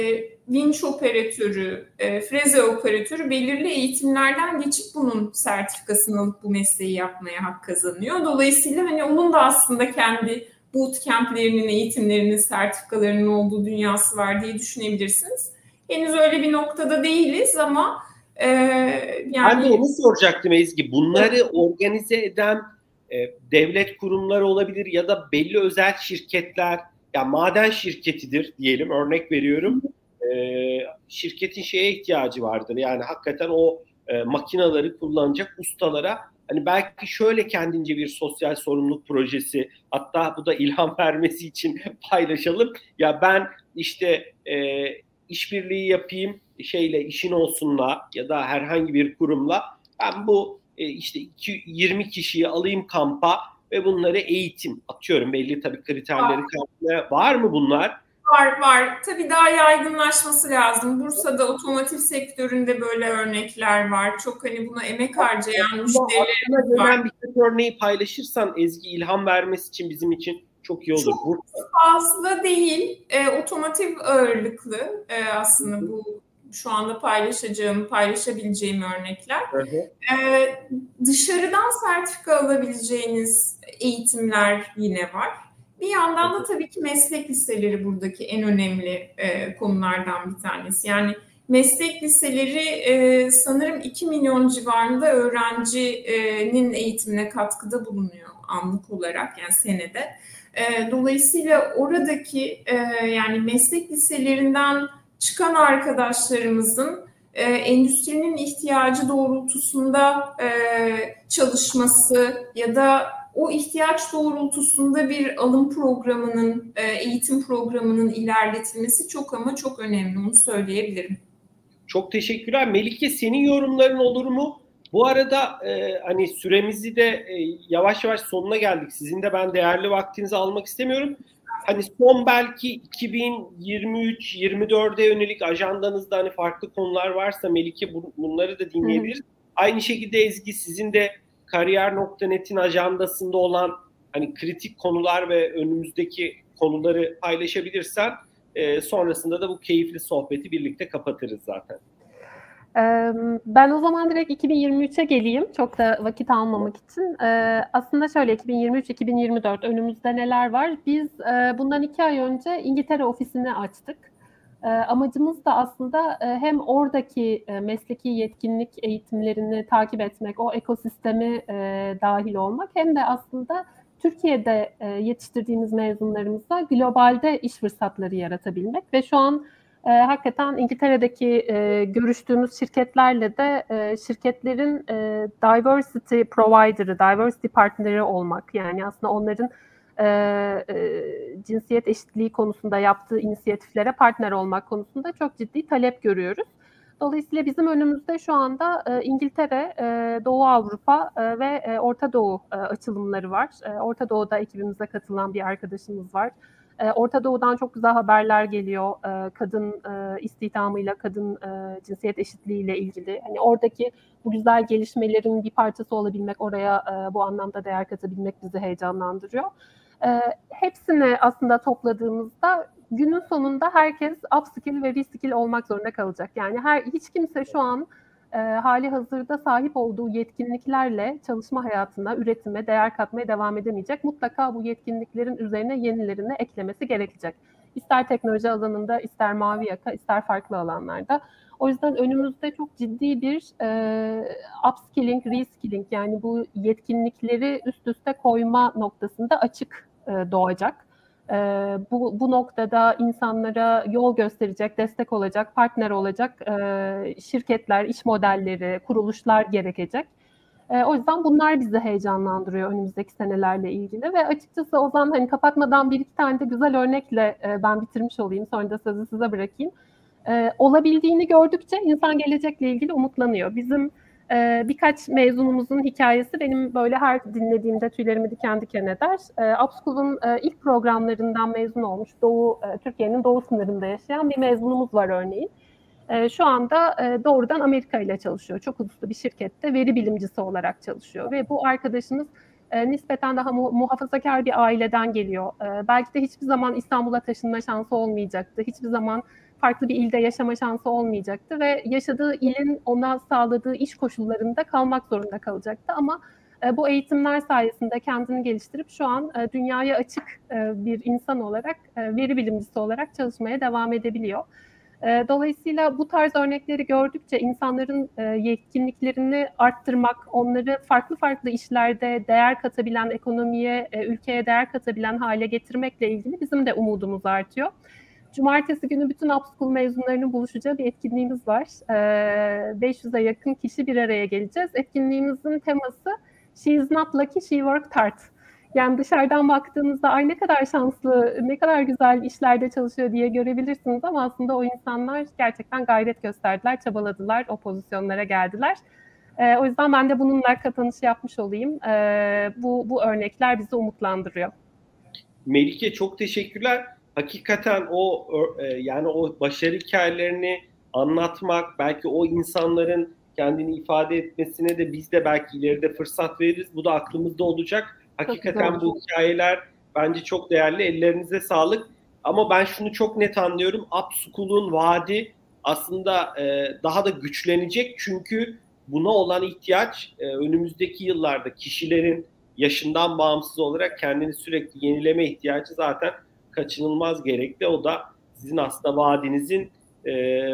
vinç operatörü, e, freze operatörü belirli eğitimlerden geçip bunun sertifikasını alıp bu mesleği yapmaya hak kazanıyor. Dolayısıyla hani onun da aslında kendi bootcamp'lerinin, eğitimlerinin, sertifikalarının olduğu dünyası var diye düşünebilirsiniz. Henüz öyle bir noktada değiliz ama e, yani... Ben de onu soracaktım Ezgi. Bunları organize eden e, devlet kurumları olabilir ya da belli özel şirketler, ya maden şirketidir diyelim, örnek veriyorum. E, şirketin şeye ihtiyacı vardır. Yani hakikaten o e, makinaları kullanacak ustalara, hani belki şöyle kendince bir sosyal sorumluluk projesi, hatta bu da ilham vermesi için paylaşalım. Ya ben işte e, işbirliği yapayım şeyle, işin olsunla ya da herhangi bir kurumla, ben bu e, işte iki, yirmi kişiyi alayım kampa ve bunları eğitim, atıyorum belli tabii kriterleri karşılaya, var mı bunlar? Var var. Tabii daha yaygınlaşması lazım. Bursa'da otomotiv sektöründe böyle örnekler var. Çok hani buna emek harcayan müşterilerimiz var. Bir örneği paylaşırsan Ezgi, ilham vermesi için bizim için çok iyi olur. Çok fazla değil. E, otomotiv ağırlıklı e, aslında bu şu anda paylaşacağım, paylaşabileceğim örnekler. Hı hı. E, dışarıdan sertifika alabileceğiniz eğitimler yine var. Bir yandan da tabii ki meslek liseleri buradaki en önemli e, konulardan bir tanesi. Yani meslek liseleri e, sanırım iki milyon civarında öğrencinin eğitimine katkıda bulunuyor anlık olarak, yani senede. E, dolayısıyla oradaki e, yani meslek liselerinden çıkan arkadaşlarımızın e, endüstrinin ihtiyacı doğrultusunda e, çalışması ya da o ihtiyaç doğrultusunda bir alım programının, eğitim programının ilerletilmesi çok ama çok önemli, onu söyleyebilirim. Çok teşekkürler. Melike, senin yorumların olur mu? Bu arada e, hani süremizi de e, yavaş yavaş sonuna geldik. Sizin de ben değerli vaktinizi almak istemiyorum. Hani son belki iki bin yirmi üç yirmi dörde yönelik ajandanızda hani farklı konular varsa Melike, bunları da dinleyebiliriz. Hı hı. Aynı şekilde Ezgi, sizin de kariyer nokta net'in ajandasında olan hani kritik konular ve önümüzdeki konuları paylaşabilirsen e, sonrasında da bu keyifli sohbeti birlikte kapatırız zaten. Ben o zaman direkt iki bin yirmi üçe geleyim, çok da vakit almamak için. Aslında şöyle, iki bin yirmi üç iki bin yirmi dört önümüzde neler var? Biz bundan iki ay önce İngiltere ofisini açtık. Amacımız da aslında hem oradaki mesleki yetkinlik eğitimlerini takip etmek, o ekosistemi dahil olmak, hem de aslında Türkiye'de yetiştirdiğimiz mezunlarımıza globalde iş fırsatları yaratabilmek ve şu an E, hakikaten İngiltere'deki e, görüştüğümüz şirketlerle de e, şirketlerin e, diversity provider'ı, diversity partneri olmak. Yani aslında onların e, e, cinsiyet eşitliği konusunda yaptığı inisiyatiflere partner olmak konusunda çok ciddi talep görüyoruz. Dolayısıyla bizim önümüzde şu anda e, İngiltere, e, Doğu Avrupa e, ve e, Orta Doğu e, açılımları var. E, Orta Doğu'da ekibimize katılan bir arkadaşımız var. Orta Doğu'dan çok güzel haberler geliyor. Kadın istihdamıyla, kadın cinsiyet eşitliğiyle ilgili. Hani oradaki bu güzel gelişmelerin bir parçası olabilmek, oraya bu anlamda değer katabilmek bizi heyecanlandırıyor. Hepsini aslında topladığımızda günün sonunda herkes upskill ve reskill olmak zorunda kalacak. Yani her hiç kimse şu an E, hali hazırda sahip olduğu yetkinliklerle çalışma hayatına, üretime, değer katmaya devam edemeyecek. Mutlaka bu yetkinliklerin üzerine yenilerini eklemesi gerekecek. İster teknoloji alanında, ister mavi yaka, ister farklı alanlarda. O yüzden önümüzde çok ciddi bir e, upskilling, reskilling, yani bu yetkinlikleri üst üste koyma noktasında açık e, doğacak. Ee, bu, bu noktada insanlara yol gösterecek, destek olacak, partner olacak e, şirketler, iş modelleri, kuruluşlar gerekecek. E, o yüzden bunlar bizi heyecanlandırıyor önümüzdeki senelerle ilgili ve açıkçası o zaman hani kapatmadan bir iki tane de güzel örnekle e, ben bitirmiş olayım, sonra da sözü size bırakayım. E, olabildiğini gördükçe insan gelecekle ilgili umutlanıyor. Bizim Ee, birkaç mezunumuzun hikayesi benim böyle her dinlediğimde tüylerimi diken diken eder. Ee, Upschool'un e, ilk programlarından mezun olmuş, Doğu e, Türkiye'nin doğu sınırında yaşayan bir mezunumuz var örneğin. E, şu anda e, doğrudan Amerika ile çalışıyor. Çok uluslu bir şirkette veri bilimcisi olarak çalışıyor ve bu arkadaşımız e, nispeten daha mu- muhafazakar bir aileden geliyor. E, belki de hiçbir zaman İstanbul'a taşınma şansı olmayacaktı. Hiçbir zaman farklı bir ilde yaşama şansı olmayacaktı ve yaşadığı ilin ona sağladığı iş koşullarında kalmak zorunda kalacaktı. Ama e, bu eğitimler sayesinde kendini geliştirip şu an e, dünyaya açık e, bir insan olarak, e, veri bilimcisi olarak çalışmaya devam edebiliyor. E, dolayısıyla bu tarz örnekleri gördükçe insanların e, yetkinliklerini arttırmak, onları farklı farklı işlerde değer katabilen, ekonomiye, e, ülkeye değer katabilen hale getirmekle ilgili bizim de umudumuz artıyor. Cumartesi günü bütün Upschool mezunlarının buluşacağı bir etkinliğimiz var. E, beş yüze yakın kişi bir araya geleceğiz. Etkinliğimizin teması She is not lucky, she worked hard. Yani dışarıdan baktığınızda ay ne kadar şanslı, ne kadar güzel işlerde çalışıyor diye görebilirsiniz ama aslında o insanlar gerçekten gayret gösterdiler, çabaladılar, o pozisyonlara geldiler. Ee, o yüzden ben de bununla kapanışı yapmış olayım. Ee, bu, bu örnekler bizi umutlandırıyor. Melike çok teşekkürler. Hakikaten o yani o başarı hikayelerini anlatmak, belki o insanların kendini ifade etmesine de biz de belki ileride fırsat veririz. Bu da aklımızda olacak. Hakikaten bu hikayeler bence çok değerli. Ellerinize sağlık. Ama ben şunu çok net anlıyorum. Upschool'un vaadi aslında e, daha da güçlenecek. Çünkü buna olan ihtiyaç e, önümüzdeki yıllarda kişilerin yaşından bağımsız olarak kendini sürekli yenileme ihtiyacı zaten kaçınılmaz gerekli. O da sizin aslında vaadinizin e,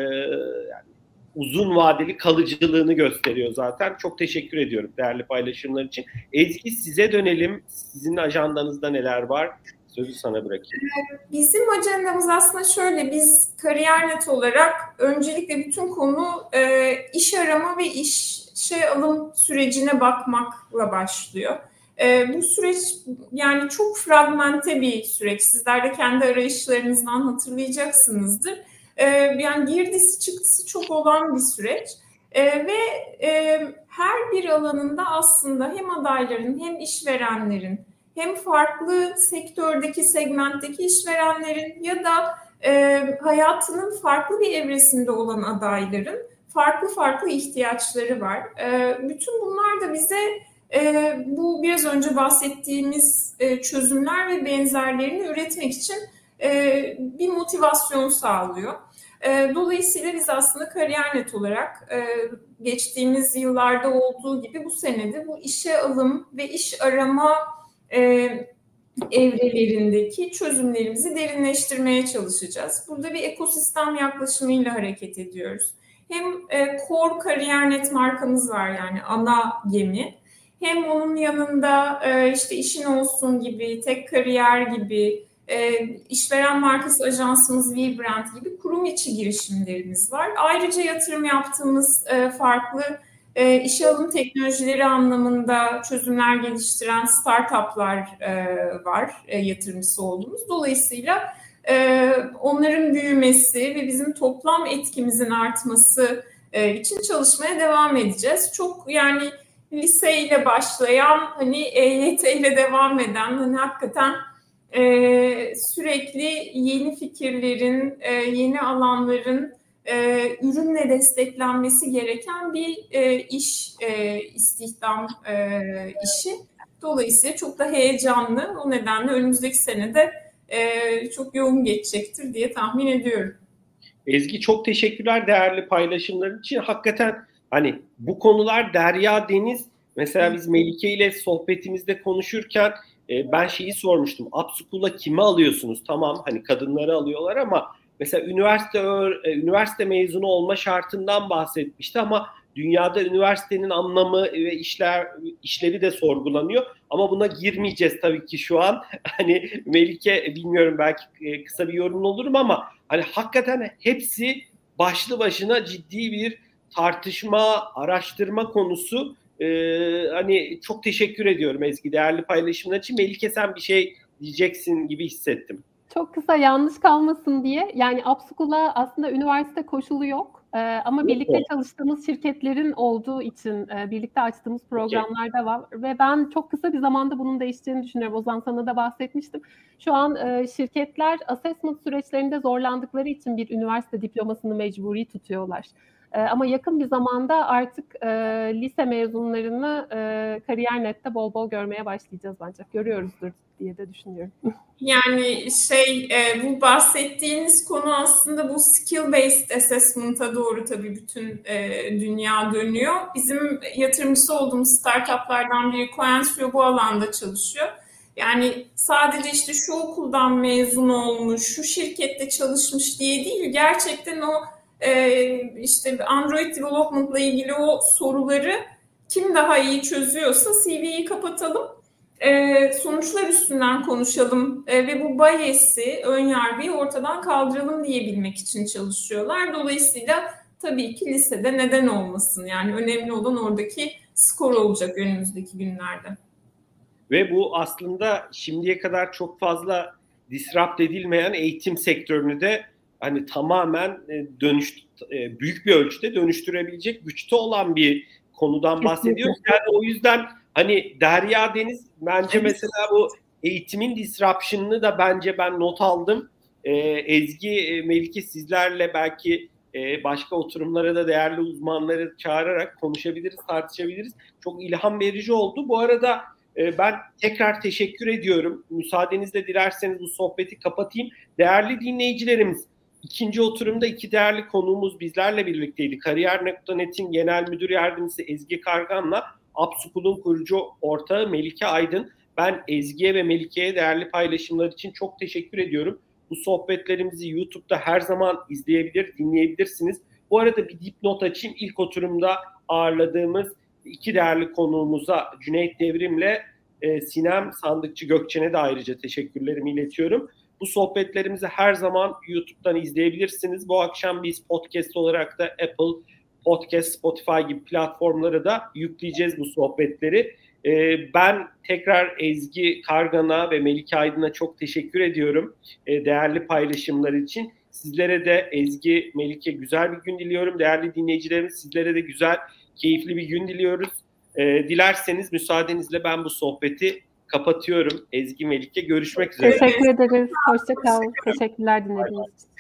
yani uzun vadeli kalıcılığını gösteriyor zaten. Çok teşekkür ediyorum değerli paylaşımlar için. Ezgi, size dönelim. Sizin ajandanızda neler var? Sözü sana bırakayım. Bizim ajandamız aslında şöyle, biz Kariyer.net olarak öncelikle bütün konu e, iş arama ve işe alım sürecine bakmakla başlıyor. E, bu süreç yani çok fragmente bir süreç. Sizler de kendi arayışlarınızdan hatırlayacaksınızdır. E, yani girdisi çıktısı çok olan bir süreç. E, ve e, her bir alanında aslında hem adayların hem işverenlerin hem farklı sektördeki, segmentteki işverenlerin ya da e, hayatının farklı bir evresinde olan adayların farklı farklı ihtiyaçları var. E, bütün bunlar da bize e, bu biraz önce bahsettiğimiz e, çözümler ve benzerlerini üretmek için e, bir motivasyon sağlıyor. E, dolayısıyla biz aslında Kariyer.net olarak e, geçtiğimiz yıllarda olduğu gibi bu senede bu işe alım ve iş arama e, evrelerindeki çözümlerimizi derinleştirmeye çalışacağız. Burada bir ekosistem yaklaşımıyla hareket ediyoruz. Hem e, Core Kariyer.net markamız var, yani ana gemi. Hem onun yanında e, işte İşin Olsun gibi, Tek Kariyer gibi, e, işveren markası ajansımız V-Brand gibi kurum içi girişimlerimiz var. Ayrıca yatırım yaptığımız e, farklı e, işe alım teknolojileri anlamında çözümler geliştiren startuplar e, var, e, yatırımcısı olduğumuz. Dolayısıyla e, onların büyümesi ve bizim toplam etkimizin artması e, için çalışmaya devam edeceğiz. Çok yani liseyle başlayan, hani E Y T ile devam eden, hani hakikaten e, sürekli yeni fikirlerin, e, yeni alanların e, ürünle desteklenmesi gereken bir e, iş, e, istihdam e, işi. Dolayısıyla çok da heyecanlı. O nedenle önümüzdeki senede e, çok yoğun geçecektir diye tahmin ediyorum. Ezgi, çok teşekkürler değerli paylaşımların için. Hakikaten hani bu konular derya deniz. Mesela biz Melike ile sohbetimizde konuşurken e, ben şeyi sormuştum. Upschool'a kimi alıyorsunuz? Tamam, hani kadınları alıyorlar ama mesela üniversite e, üniversite mezunu olma şartından bahsetmişti ama dünyada üniversitenin anlamı ve işler işlevi de sorgulanıyor. Ama buna girmeyeceğiz tabii ki şu an. Hani Melike, bilmiyorum, belki e, kısa bir yorum olurum ama hani hakikaten hepsi başlı başına ciddi bir tartışma, araştırma konusu. Ee, hani çok teşekkür ediyorum Ezgi değerli paylaşımlar için. Melike, sen bir şey diyeceksin gibi hissettim. Çok kısa, yanlış kalmasın diye. Yani Upschool'a aslında üniversite koşulu yok. Ee, ama birlikte çalıştığımız şirketlerin olduğu için e, birlikte açtığımız programlar da var. Ve ben çok kısa bir zamanda bunun değişeceğini düşünüyorum. Ozan, sana da bahsetmiştim. Şu an e, şirketler assessment süreçlerinde zorlandıkları için bir üniversite diplomasını mecburi tutuyorlar. E, ama yakın bir zamanda artık e, lise mezunlarını e, Kariyer nokta net'te bol bol görmeye başlayacağız bence. Görüyoruzdur diye de düşünüyorum. Yani şey e, bu bahsettiğiniz konu aslında bu skill based assessment'a doğru tabii bütün e, dünya dönüyor. Bizim yatırımcısı olduğumuz startuplardan biri Coensio bu alanda çalışıyor. Yani sadece işte şu okuldan mezun olmuş, şu şirkette çalışmış diye değil, gerçekten o e, işte Android development ile ilgili o soruları kim daha iyi çözüyorsa C V'yi kapatalım. Ee, sonuçlar üstünden konuşalım ee, ve bu bias'i, ön yargıyı ortadan kaldıralım diyebilmek için çalışıyorlar. Dolayısıyla tabii ki lisede neden olmasın? Yani önemli olan oradaki skor olacak önümüzdeki günlerde. Ve bu aslında şimdiye kadar çok fazla disrupt edilmeyen eğitim sektörünü de hani tamamen dönüş, büyük bir ölçüde dönüştürebilecek güçte olan bir konudan bahsediyoruz. Yani o yüzden hani Derya Deniz bence mesela bu eğitimin disruption'ını da bence ben not aldım. Ee, Ezgi, Melike sizlerle belki e, başka oturumlara da değerli uzmanları çağırarak konuşabiliriz, tartışabiliriz. Çok ilham verici oldu. Bu arada e, ben tekrar teşekkür ediyorum. Müsaadenizle dilerseniz bu sohbeti kapatayım. Değerli dinleyicilerimiz, İkinci oturumda iki değerli konuğumuz bizlerle birlikteydi. Kariyer nokta net'in genel müdür yardımcısı Ezgi Kargan'la Upschool'un kurucu ortağı Melike Aydın. Ben Ezgi'ye ve Melike'ye değerli paylaşımlar için çok teşekkür ediyorum. Bu sohbetlerimizi YouTube'da her zaman izleyebilir, dinleyebilirsiniz. Bu arada bir dipnot açayım. İlk oturumda ağırladığımız iki değerli konuğumuza Cüneyt Devrim'le e, Sinem Sandıkçı Gökçen'e de ayrıca teşekkürlerimi iletiyorum. Bu sohbetlerimizi her zaman YouTube'dan izleyebilirsiniz. Bu akşam biz podcast olarak da Apple Podcast, Spotify gibi platformlara da yükleyeceğiz bu sohbetleri. Ee, ben tekrar Ezgi Kargan'a ve Melike Aydın'a çok teşekkür ediyorum ee, değerli paylaşımlar için. Sizlere de Ezgi, Melike güzel bir gün diliyorum. Değerli dinleyicilerimiz sizlere de güzel, keyifli bir gün diliyoruz. Ee, dilerseniz müsaadenizle ben bu sohbeti kapatıyorum. Ezgi, Melike görüşmek üzere. Teşekkür ederiz. Hoşça kal. Teşekkürler dinlediğiniz için.